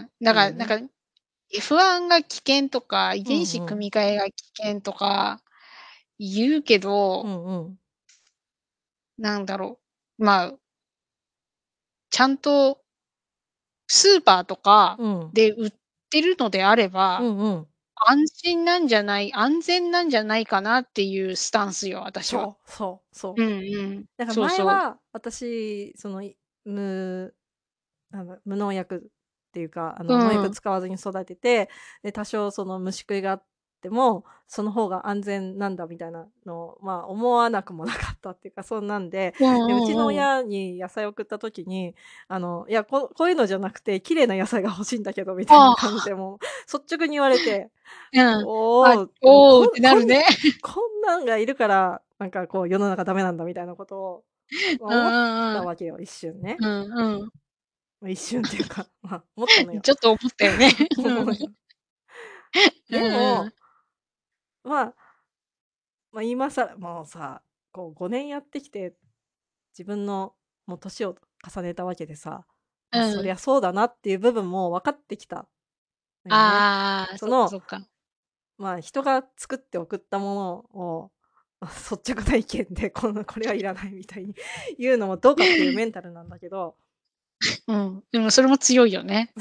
だから、なんいいよね。 か、F1が危険とか、遺う伝子んうん。 組み換えが危険とか言うけうど、 んうん。 なんだろう、まあ、ちゃんとスーパーとかうん。 で売ってるのであれば、 うんうん。 安全なんじゃないかなっていうスタンスよ、私は。 そうそうそう。 うんうん。 なんかそうそう。 前は、私、その、無無農薬っていうか、農薬うん。 使わずに育てて、で、多少その虫食いがあっても、その方が安全なんだみたいなのを、まあ、思わなくもなかったっていうか、そんなんで、 うんで、うちのうんうん。 親に野菜を送った時に、いや、こういうのじゃなくて、綺麗な野菜が欲しいんだけどみたいなああ、 感じで、もう率直に言われて、 うん。あ、 おお、でもおおってなるね。 こんなんがいるから、なんかこう世の中ダメなんだみたいなことを、ま、 うん思っうんうん。 たわけよ、一瞬ね。 うんうん。 ま、一瞬っていうか、まあ、思ったのよ。 ちょっと思ったよね。うん。 思うよ。 うんでも、 うん。 まあ、今更もうさ、こう5年やってきて、自分のもう年を重ねたわけでさ、 うそりん。 ゃそうだなっていう部分も分かってきたのよね。 ああ、そっかその、 そっか。 人が作って送ったものを、率直な意見でこれはいらないみたいに言うのもどうかっていうメンタルなんだけど。 うん。でもそれも強いよね。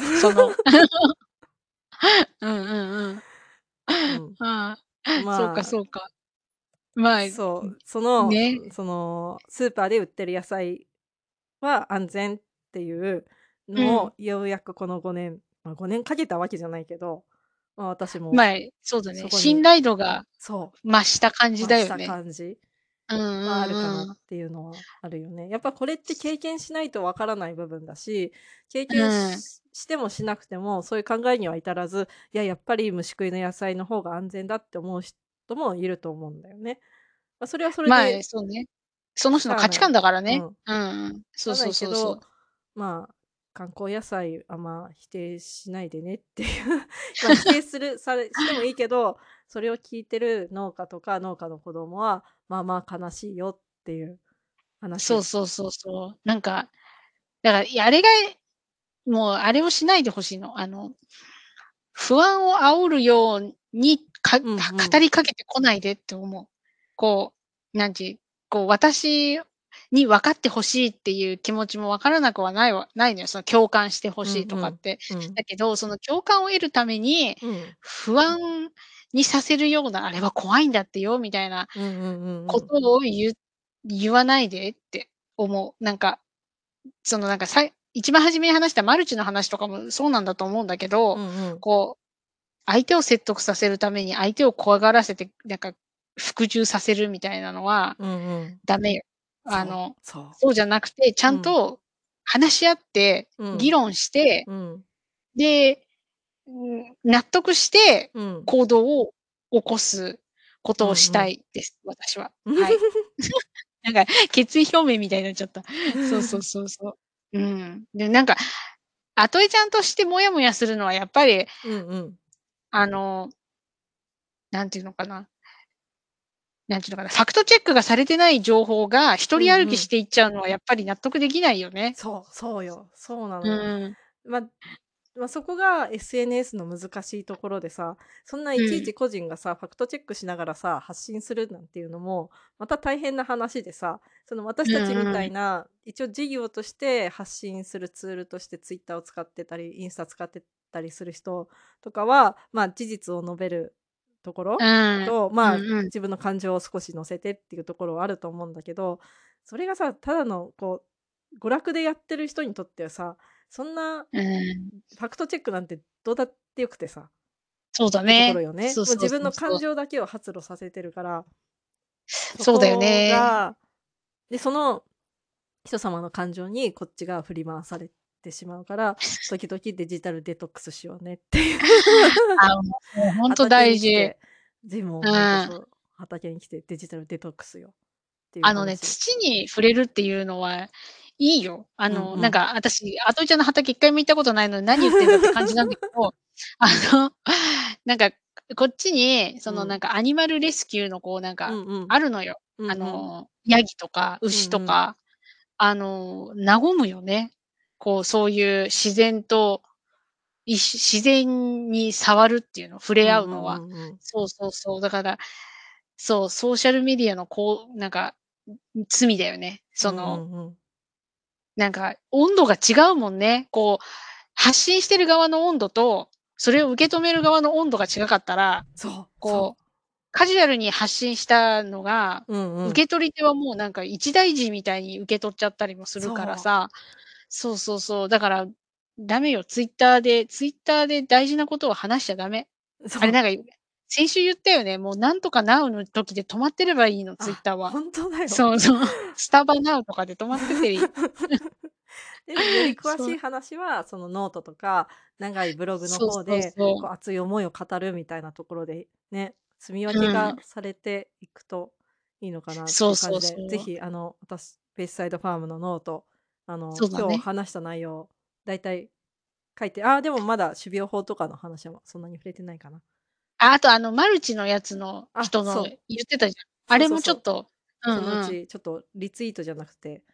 うんうんうん。 うん。 ああ、そうかまあ、 そうか。まあ、 そう、 ね。 スーパーで売ってる野菜は安全っていうのをうん。 ようやくこの5年、5年かけたわけじゃないけど、私もそうだね。信そこに頼度がそ増した感う、 じ増しただよね。 感じうんはあるかなっうんうん。 ていうのはあるよね。やっぱこれって経験しないとわからない部分だし、経験うん。 してもしなくても、そういう考えには至らず、いや、やっぱり虫食いの野菜の方が安全だって思う人もいると思うんだよね。それはそれでそうね。その人の価値観しゃあない。 だからね。 うん。 うんうん。そうそうしゃあないけど、 そうそう。 観光野菜は否定しないでねっていう否定してもいいけど、それを聞いてる農家とか農家の子供は、悲しいよっていう話。 そうそうそうそう。なんか、だから、あれが、もうあれをしないで欲しいの。不安を煽るように、 うんうん。 語りかけてこないでって思う。こう、私に分かって欲しいっていう気持ちも分からなくはないのよ。その共感して欲うんしいとかって。 うん。うん。 だけど、その共感を得るために、 うん。 不安にさせるような、あれは怖いんだってよ、みたいなうんうんうんうん。 ことを言わないでって思う。なんか、一番初めに話したマルチの話とかもそうなんだと思うんだけど、 うんうん。 こう、相手を説得させるために相手を怖がらせて、服従させるみたいなのはうんうん。 ダメよ。 そそうじゃなくて、ちゃう。うん。 んと話し合って、 うん。 議論して、 うん。 で、納得してうん。 行動を起こすことをしたうんうん。 いです、私は。はい。決意表明みたいになっちゃった。そうそうそうそう。うん。で、アトエちゃんとしてモヤモヤするのはやっぱり、 うんうん。 あの、なんていうのかな。ファクトチェックがされてない情報が一人歩うんうん。 きしていっちゃうのはやっぱり納得できないよね。 そうよ。そうなのうよ。 ん。 まそこが SNS の難しいところでさ、そんないうん。 ちいち個人がさ、ファクトチェックしながらさ、発信するなんていうのも、また大変な話でさ、その私うんたちみうん。 たいな、一応事業として発信するツールとして Twitter を使ってたり、インスタ使ってたりする人とかは、事実を述べるところうん。 と、 うんうん。 自分の感情を少し乗せてっていうところはあると思うんだけど、それがさ、ただの娯楽でやってる人にとってはさ、そんなうん。 ファクトチェックなんてどうだってよくてさ、 そうだってところね。 よね。 そうそうもう自分のそうそう。 感情だけを発露させてるから、そそうだよこね。 が、その人様の感情にこっちが振り回されてしまうから、時々デジタルデトックスしようねっていう。 もうほんと畑大事。 に来て、もうほんとうん。 そう、畑に来てデジタルデトックスよっていう話。 土に触れるっていうのはいいよ。 うんうん。 私、アトイちゃんの畑一回も行ったことないのに何言ってんだって感じなんだけど、あの、なんか、こっちに、 うん。 アニマルレスキューのうんうん。 あるのよ。 うんうん。 ヤギとか牛うんうん。 とか、和むよね。そういう自然に触るっていうの、触れうんうんう合うのは。 んうん。 そうそうそう。だから、そう、ソーシャルメディアの罪だよね。 うんうんうん。 温度が違うもんね。発信してる側の温度と、それを受け止める側の温度が違かったら、 そう、 こう、カジュアルに発信したのが、 うんうん。 受け取り手はもう一大事みたいに受け取っちゃったりもするからそさ。そうそうそう。だから、ダメよ。ツイッターで大事なことを話しちゃダメ。 う、そあれう。 先週言ったよね。もうなんとかナウの時で止まってればいいの、ツイッターは。 ほんとだよ。 そうそう。スタバナウとかで止まってていい。 で、より詳しそう。 い話は、そのノートとか、長いブログのそう方で、 そうそう。 熱い思いを語るみたいなところで、ね、住み分けうん。 がされていくといいのかなっそうそうていう感じで、ぜそう。 ひ、ベースサイドファームのノート、今日そうだね。 話した内容、だいたい書いて、でもまだ種苗法とかの話はそんなに触れてないかな。 あとマルチのやつの人のそう。 言ってたじゃん。あれそうそうそう。 もちょっとうんそのううん。 ちちょっとリツイートじゃなくて、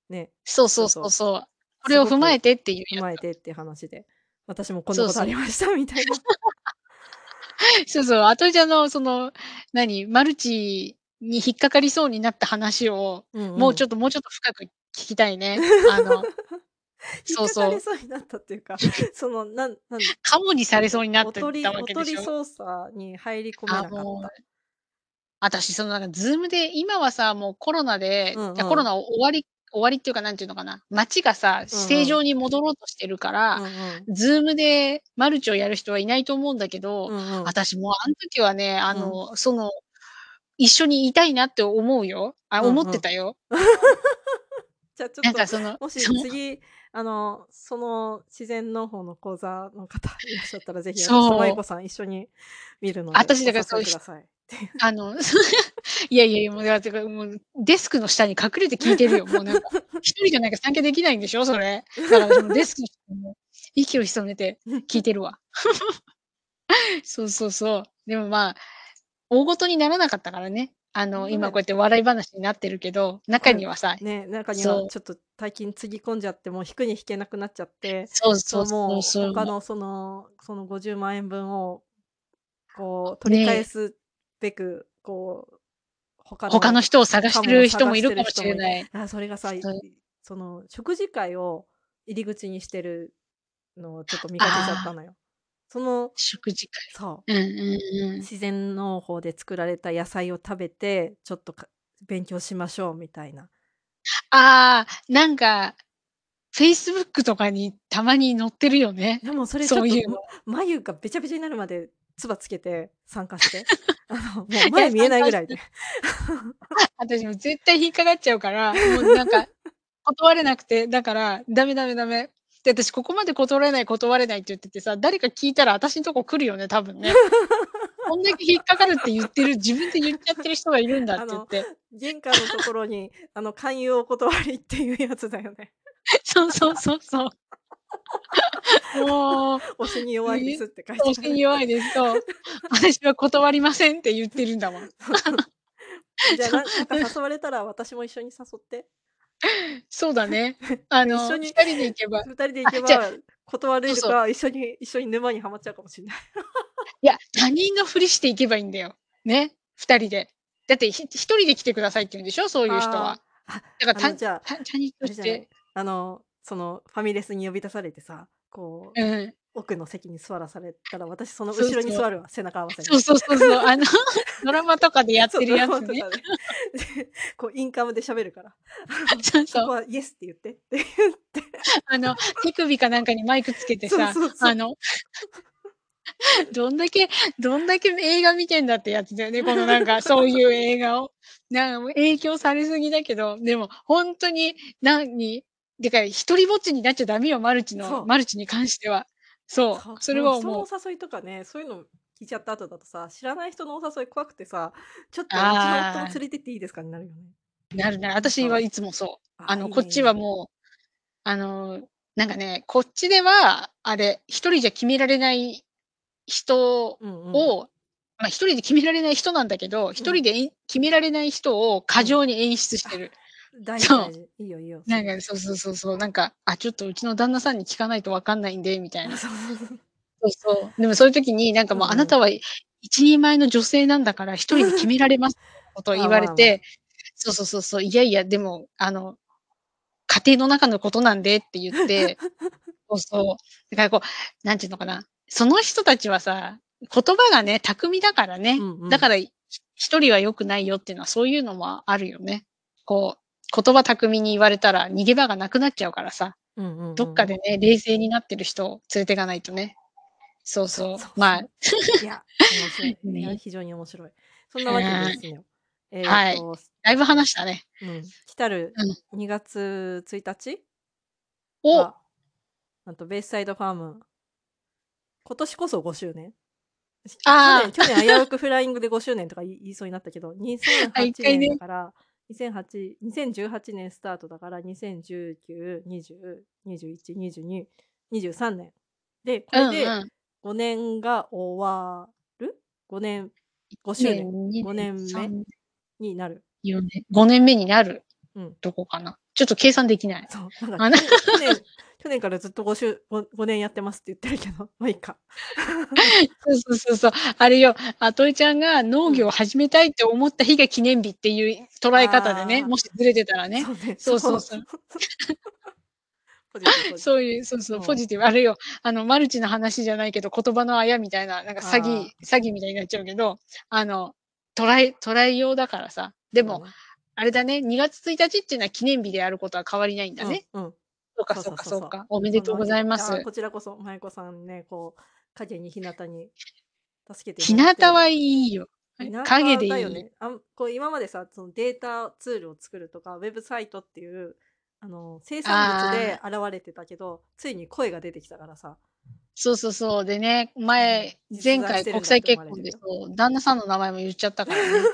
ね、 そうそうちょっと、 そうそう。これをすごく踏まえてっていう踏やまえてっていう話で、私もこんなそうそう。 ことありましたみたいな。 そうそう。あとじゃの、マルチに引っかかりそうになった話を、 うんうん。 もうちょっと深く聞きたいね。 引っそうそう。 かかりそうになったっていうか、その、 カモにされそうになってたわおとりけでしょ？ 捜査に入り込めあ、 なかった。 もう、私ズームで今はさ、もうコロナで、コロうんうん。 ナ終わりっていうか、なんていうのかな、街がさ、正うんうん。 常に戻ろうとしてるから、 うんうん。 ズームでマルチをやる人はいないと思うんだけど、 うんうん。 私もうあん時はね、 うん。 一緒にいたいなって思うよ。思っうんうん。 てたよ。 じゃあちょっなんかと、もし次、その自然農法の講座の方いらっしゃったら、ぜひ私とまゆそう。 こさん一緒に見るので私お誘いだからくださいっていう。 あの、いやいやいや、もうだってもうデスクの下に隠れて聞いてるよ。もうなんか、一人じゃなきゃ参加できないんでしょ、それ。だからそのデスクの下にも息を潜めて聞いてるわ。そうそうそう。でもまあ、大事にならなかったからね。今こうやって笑い話になってるけど、中これ、 にはさ、 ね、中にはそう、 ちょっと大金つぎ込んじゃって、もう引くに引けなくなっちゃって、 そうそそう、 うそうもうそう。 他のその50万円分をこう取りねえ、 返すべく、こう、他の他の人を探してカモをる人も探しているかもしる人もいて、 れない。 それがさ、 そう。 その食事会を入り口にしてるのをちょっと見かけちゃっああ、 たのよ。その、 食事会。 そう、 うんうんうん。 自然農法で作られた野菜を食べて、ちょっと勉強しましょうみたいな。 ああ、なんか、Facebook とかにたまに載ってるよね。 いやもうそれちょっと、 そういうの。 眉がべちゃべちゃになるまで唾つけて参加して。もういや、 前見え参加しないぐらいで。 私も絶対引っかかっちゃうから、もうなんか、断れなくて、だから、ダメダメダメ。で、私ここまで断れないって言っててさ、誰か聞いたら私んとこ来るよね、多分ね。こんだけ引っかかるって言ってる、自分で言っちゃってる人がいるんだってあの、 言って。 玄関のところに、勧誘お断りっていうやつだよね。 そうそうそうそう。もう、 推しに弱いですって書いてそう、 ある。 性に弱いです。そう。私は断りませんって言ってるんだもん。 じゃあ、 そう。 なんか誘われたら私も一緒に誘って。 そうだね。 一緒に 2人で行けば。 2人で行あ、じゃあ、 けば、断れそうそう。 るか、一緒に沼にはまっちゃうかもしんない。 いや、他人のふりして行けばいいんだよ。ね、2人で。だって1人で来てくださいって言うんでしょ、そういう人は。 ああ、 だから、 じゃあ、 他人として。 あれじゃない、そのファミレスに呼び出されてさ、こう、 うん。 奥の席に座らされたら、私その後ろにそうそう。 座るわ、背中合わせに。 そうそうそうそう。ドラマとかでやっそう、 てるドラやつね。 マとかで。で、こうインカムで喋るから。 そうそう。 そこはイエスって言ってって言って。 手首かなんかにマイクつけてそうさ、 そうそう。 どんだけ映画見てんだってやつだよね、このなんか、そういう映画を。なんかもう影響されすぎだけど、でもほんとに、だから一人ぼっちになっちゃダメよ、 そう。 マルチに関しては。そう、それもう人のおは思う。 誘いとかね、そういうの聞いちゃった後だとさ、知らない人のお誘い怖くてさ、ちょっとうちの夫もああ、 連れてっていいですかになるよね。 私はそう。 いつもそう。 いいこっねいいね。 ちはもう、あの、なんかね、こっちでは、あれ、一人じゃ決められない人うんうん。 を、ま、一人で決められない人なんだけど、 うん。 一人で決められない人を過うん。 剰に演出してあ、 る。 大事そう。 大事。いいよいいよ、それ。 なんか、そうそうそうそう、なんか、ちょっとうちの旦那さんに聞かないと分かんないんで、みたいな。 そうそうそう。 そうそう。でもそういう時に、なんかもう、 うんうん。 あなたは一人前の女性なんだから、一人で決められますみたいなことをまあ言われまあまあ。 て、そうそうそうそう、いやいや、でも、家庭の中のことなんでって言って、そうそう。だからこう、なんていうのかな、その人たちはさ、言葉がね、巧みだからね。 うんうん。 だから、一人は良くないよっていうのはそういうのもあるよね。こう、言葉巧みに言われたら逃げ場がなくなっちゃうからさ、 うんうんうん。 どっかでね、冷静になってる人を連れてかないとね。そうそうそう。 そうそう。いや、面白い。いや、 ね。 非常に面白い。そんなわけではい。 ですね、 はい。だいぶ話したね。 来たるうん。 2月1日お、 は、ベイサイドファーム、今年こそ5周年。 ああ、 去年危うくフライングで5周年とか言いそうになったけど、 一 2008 回ね。 年だから、2018年スタートだから、2019、20、21、22、23年。で、こうんれでうん。 5年が終わる？ 5 年、5 1 周年、 年、2年、 5年目 3年、 になる。 4年、5年目になる。 うん。 どこかな。ちょっと計算できない。 そう。なんかあの去年からずっと5年やってますって言ってるけど、まあいいか。 そう。あれよ、あといちゃんが農うん。 業を始めたいって思った日が記念日っていう捉え方でね、 あもしずれてたらあ、 ね。 そうね。 そう。 ポジティブ、ポジティそういう、ポブ。 ジティブ。あれよ、マルチの話じゃないけど、言葉のあやみたいな、なんか詐あ欺みたいになっちゃうけど、捉えようだからさ。でも、 そうだね。 あれだね、2月1日っていうのは記念日であることは変わりないんだね。 うん。 そうそう。 か。おめでとうごそんなわけで。いや、 ざいます。 こちらこそ、まゆこさんね、こう、影に日向に助けて日もらってる。 向はいいよ。 日影向でいいよ。 だよね。こう今までさ、そのデータツールを作るとか、ウェブサイトっていう、生産物でああ、 現れてたけど、ついに声が出てきたからさ、 そう。でね、 実前回国在してるんだって思際結婚でわれてるよ。 旦那さんの名前も言っちゃったからね。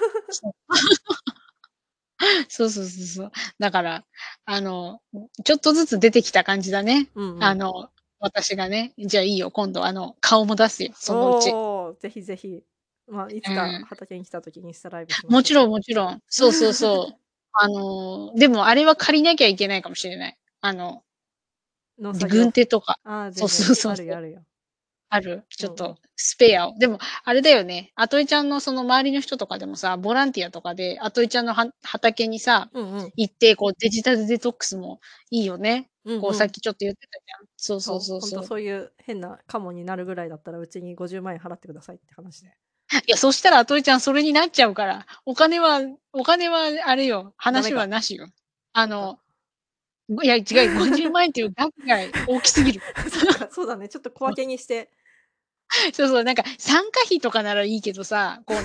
そう。だから、ちょっとずつ出てきた感じだね。 うん。 私がね、じゃあいいよ、今度顔も出すよ、そのうち。 おー、ぜひぜひ。まあ、いつかうん。 畑に来た時にインスタライブしましょもちろんもちろん。そう。でもあれは借りなきゃいけないかもしれない。 う。農作業。 軍手とか。 ああ、 そう。 全然、あるよ、あるよ。 ある？ちょっとうん。 スペアを。でも、あれだよね、あといちゃんのその周りの人とかでもさ、ボランティアとかで、あといちゃんの畑にさ、 うん。 行って、こうデジタルデトックスもいいよね。こうさっうん。 きちょっと言ってたじゃん。 そう、ほんとそう。 そういう変なカモになるぐらいだったら、うちに50万円払ってくださいって話で。 いや、そしたらあといちゃんそれになっちゃうから、お金はあれよ、話はダメか。 なしよ。 そっか。 いや、違う、50万円っていう額が大きすぎる。 そっか、そうだね。ちょっと小分けにして。 なんか参加費とかならいいけどさ、こう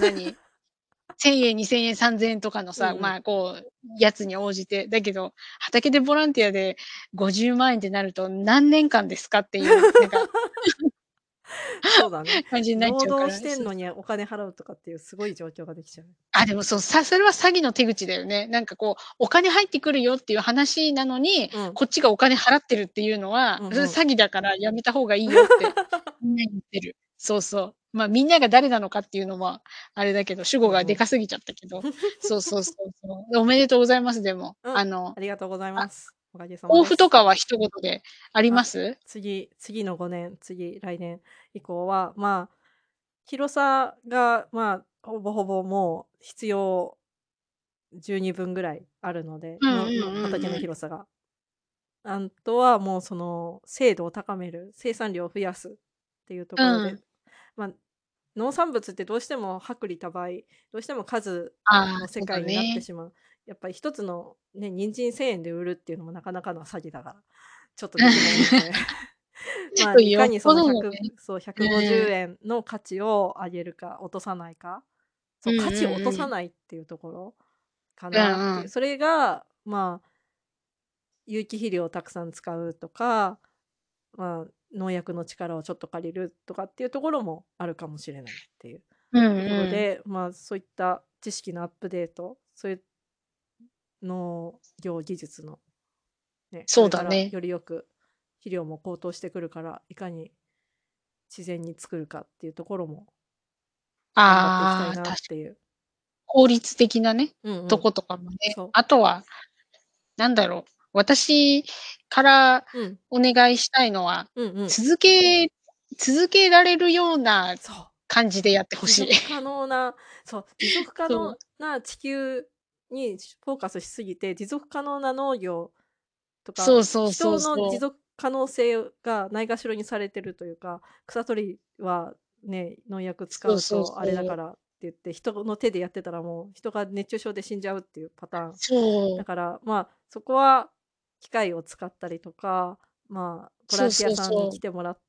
1000円、2000円、3000円とかのさ、 うん。 やつに応じて。だけど、畑でボランティアで50万円ってなると、何年間ですかっていう、なんか、 そうだね。 感じになっ労ちゃうから。 働してんのにお金払うとかっていうすごい状況ができちゃう。 でもそれは詐欺の手口だよね。なんかお金入ってくるよっていう話なのに、 うん。 こっちがお金払ってるっていうのは、それうん。 詐欺だからやめた方がいいよってみんなに言ってる。そう。みんなが誰なのかっていうのは、あれだけど、主語がでかすぎちゃったけど。おめでとうございます、でも。 うん。ありがとうございあ、 ます。おかげさま抱です。 負とかは一言でありまあ、 す？ 次の5年、来年以降は、まあ、広さが、まあ、ほぼほぼもう必要十二分ぐらいあるので、畑のうん。 広さが。あとはもうその精度を高める、生産量を増やすっていうとうころで、 ん。 まあ、農産物ってどうしても薄利多売、どうしても数の世そうだ界になってね。 しまう。やっぱり一つのね、人参1000円で売るっていうのもなかなかの詐欺だから、ちょっとできないのでまあ、いかよっにそのぽどのね。 150 うん。 円の価値を上げるか、落とさないか。そう、 うん価値を落とうんうん。 さないっていうところかうんなっていう。 うん。 それが、まあ、有機肥料をたくさん使うとか、まあ、農薬の力をちょっと借りるとかっていうところもあるかもしれないっていううんところうん。 で、まあ、そういった知識のアップデート、そういう農業技術のね、これからそうだね。 よりよく肥料も高騰してくるから、いかに自然に作るかっていうところも頑張っていきたいな確かっていう。 効率的なね、 うんうん。 とことかもね。 そあとは、なんだろう、私からう。うん。 お願いしたいのは、 うんうん。 続けられるようなそう。 感じでやってほ持しい。 続可能な、そう、持続可能そう。 な地球にフォーカスしすぎて、持続可能な農業とか、 そうそうそう人の持そう。 続可能性がないがしろにされてるというか、草取りはね、農薬使そうそううとあれだそう。 からって言って、人の手でやってたらもう人が熱中症で死んじゃうっていうパターン。 そう。 だから、まあ、そこは機械を使ったりとか、まあ、ボランティアさんに来てもらって、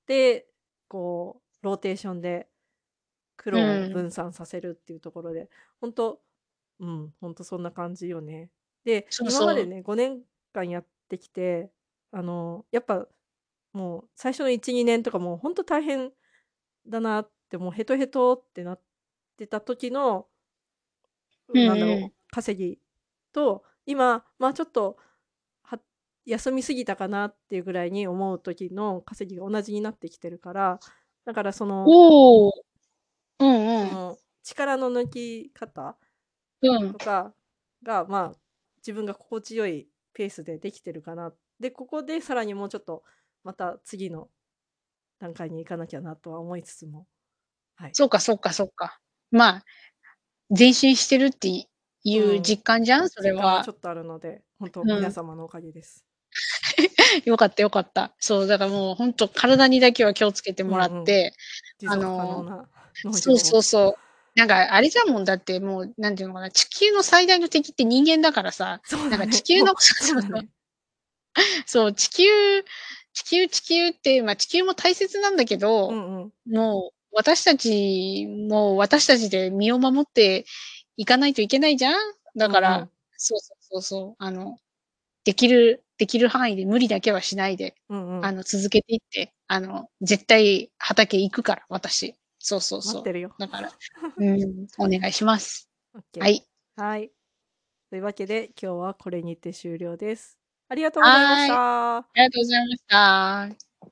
こう、ローテーションで苦う労をん。 分散させるっていうところで、本当本当そんな感じよね。で、 そうそう。 今までね、5年間やってきて、やっぱもう最初の1、2年とかもう本当大変だなって、もうヘトヘトってなってた時の、 うんなんだうん。 ろう、稼ぎと、今、まあちょっと、は休みすぎたかなっていうぐらいに思う時の稼ぎが同じになってきてるから、だからおお。うんうん。 力の抜き方うん。 とかが、まあ、 自分が心地よいペースでできてるかな。で、ここでさらにもうちょっと、また次の段階に行かなきゃなとは思いつつも、はい。 そうかそうかそうか。まあ、前進してるっていう実感じゃん、それ実感はは。 ちょっとあるので、本当うん。 皆様のおかげです。 よかったよかった。そう、だからもう本当体にだけは気をつけてもらっうんうん。 て、 持続可能な農そう業を。 そうそう。なんかあれじゃもん、だってもう、なんていうのかな、地球の最大の敵って人間だからさ、なんか地そうだね。 球のもう、そうだね。 そう、地球って、ま、地球も大切なんだけうど、 んうん。 もう私たちも私たちで身を守っていかないといけないじゃん。だから、 うんうん。 そうそうそうそう、できる範囲で無理だけはしないで、 うんうん。 続けていって、絶対畑行くから、私。そうそうそう。 待ってるよ。 だから、うん、お願いします。 オッケー。 はい。 はい。というわけで、今日はこれにて終了です。ありがとうございましはーい。 た。 ありがとうございました。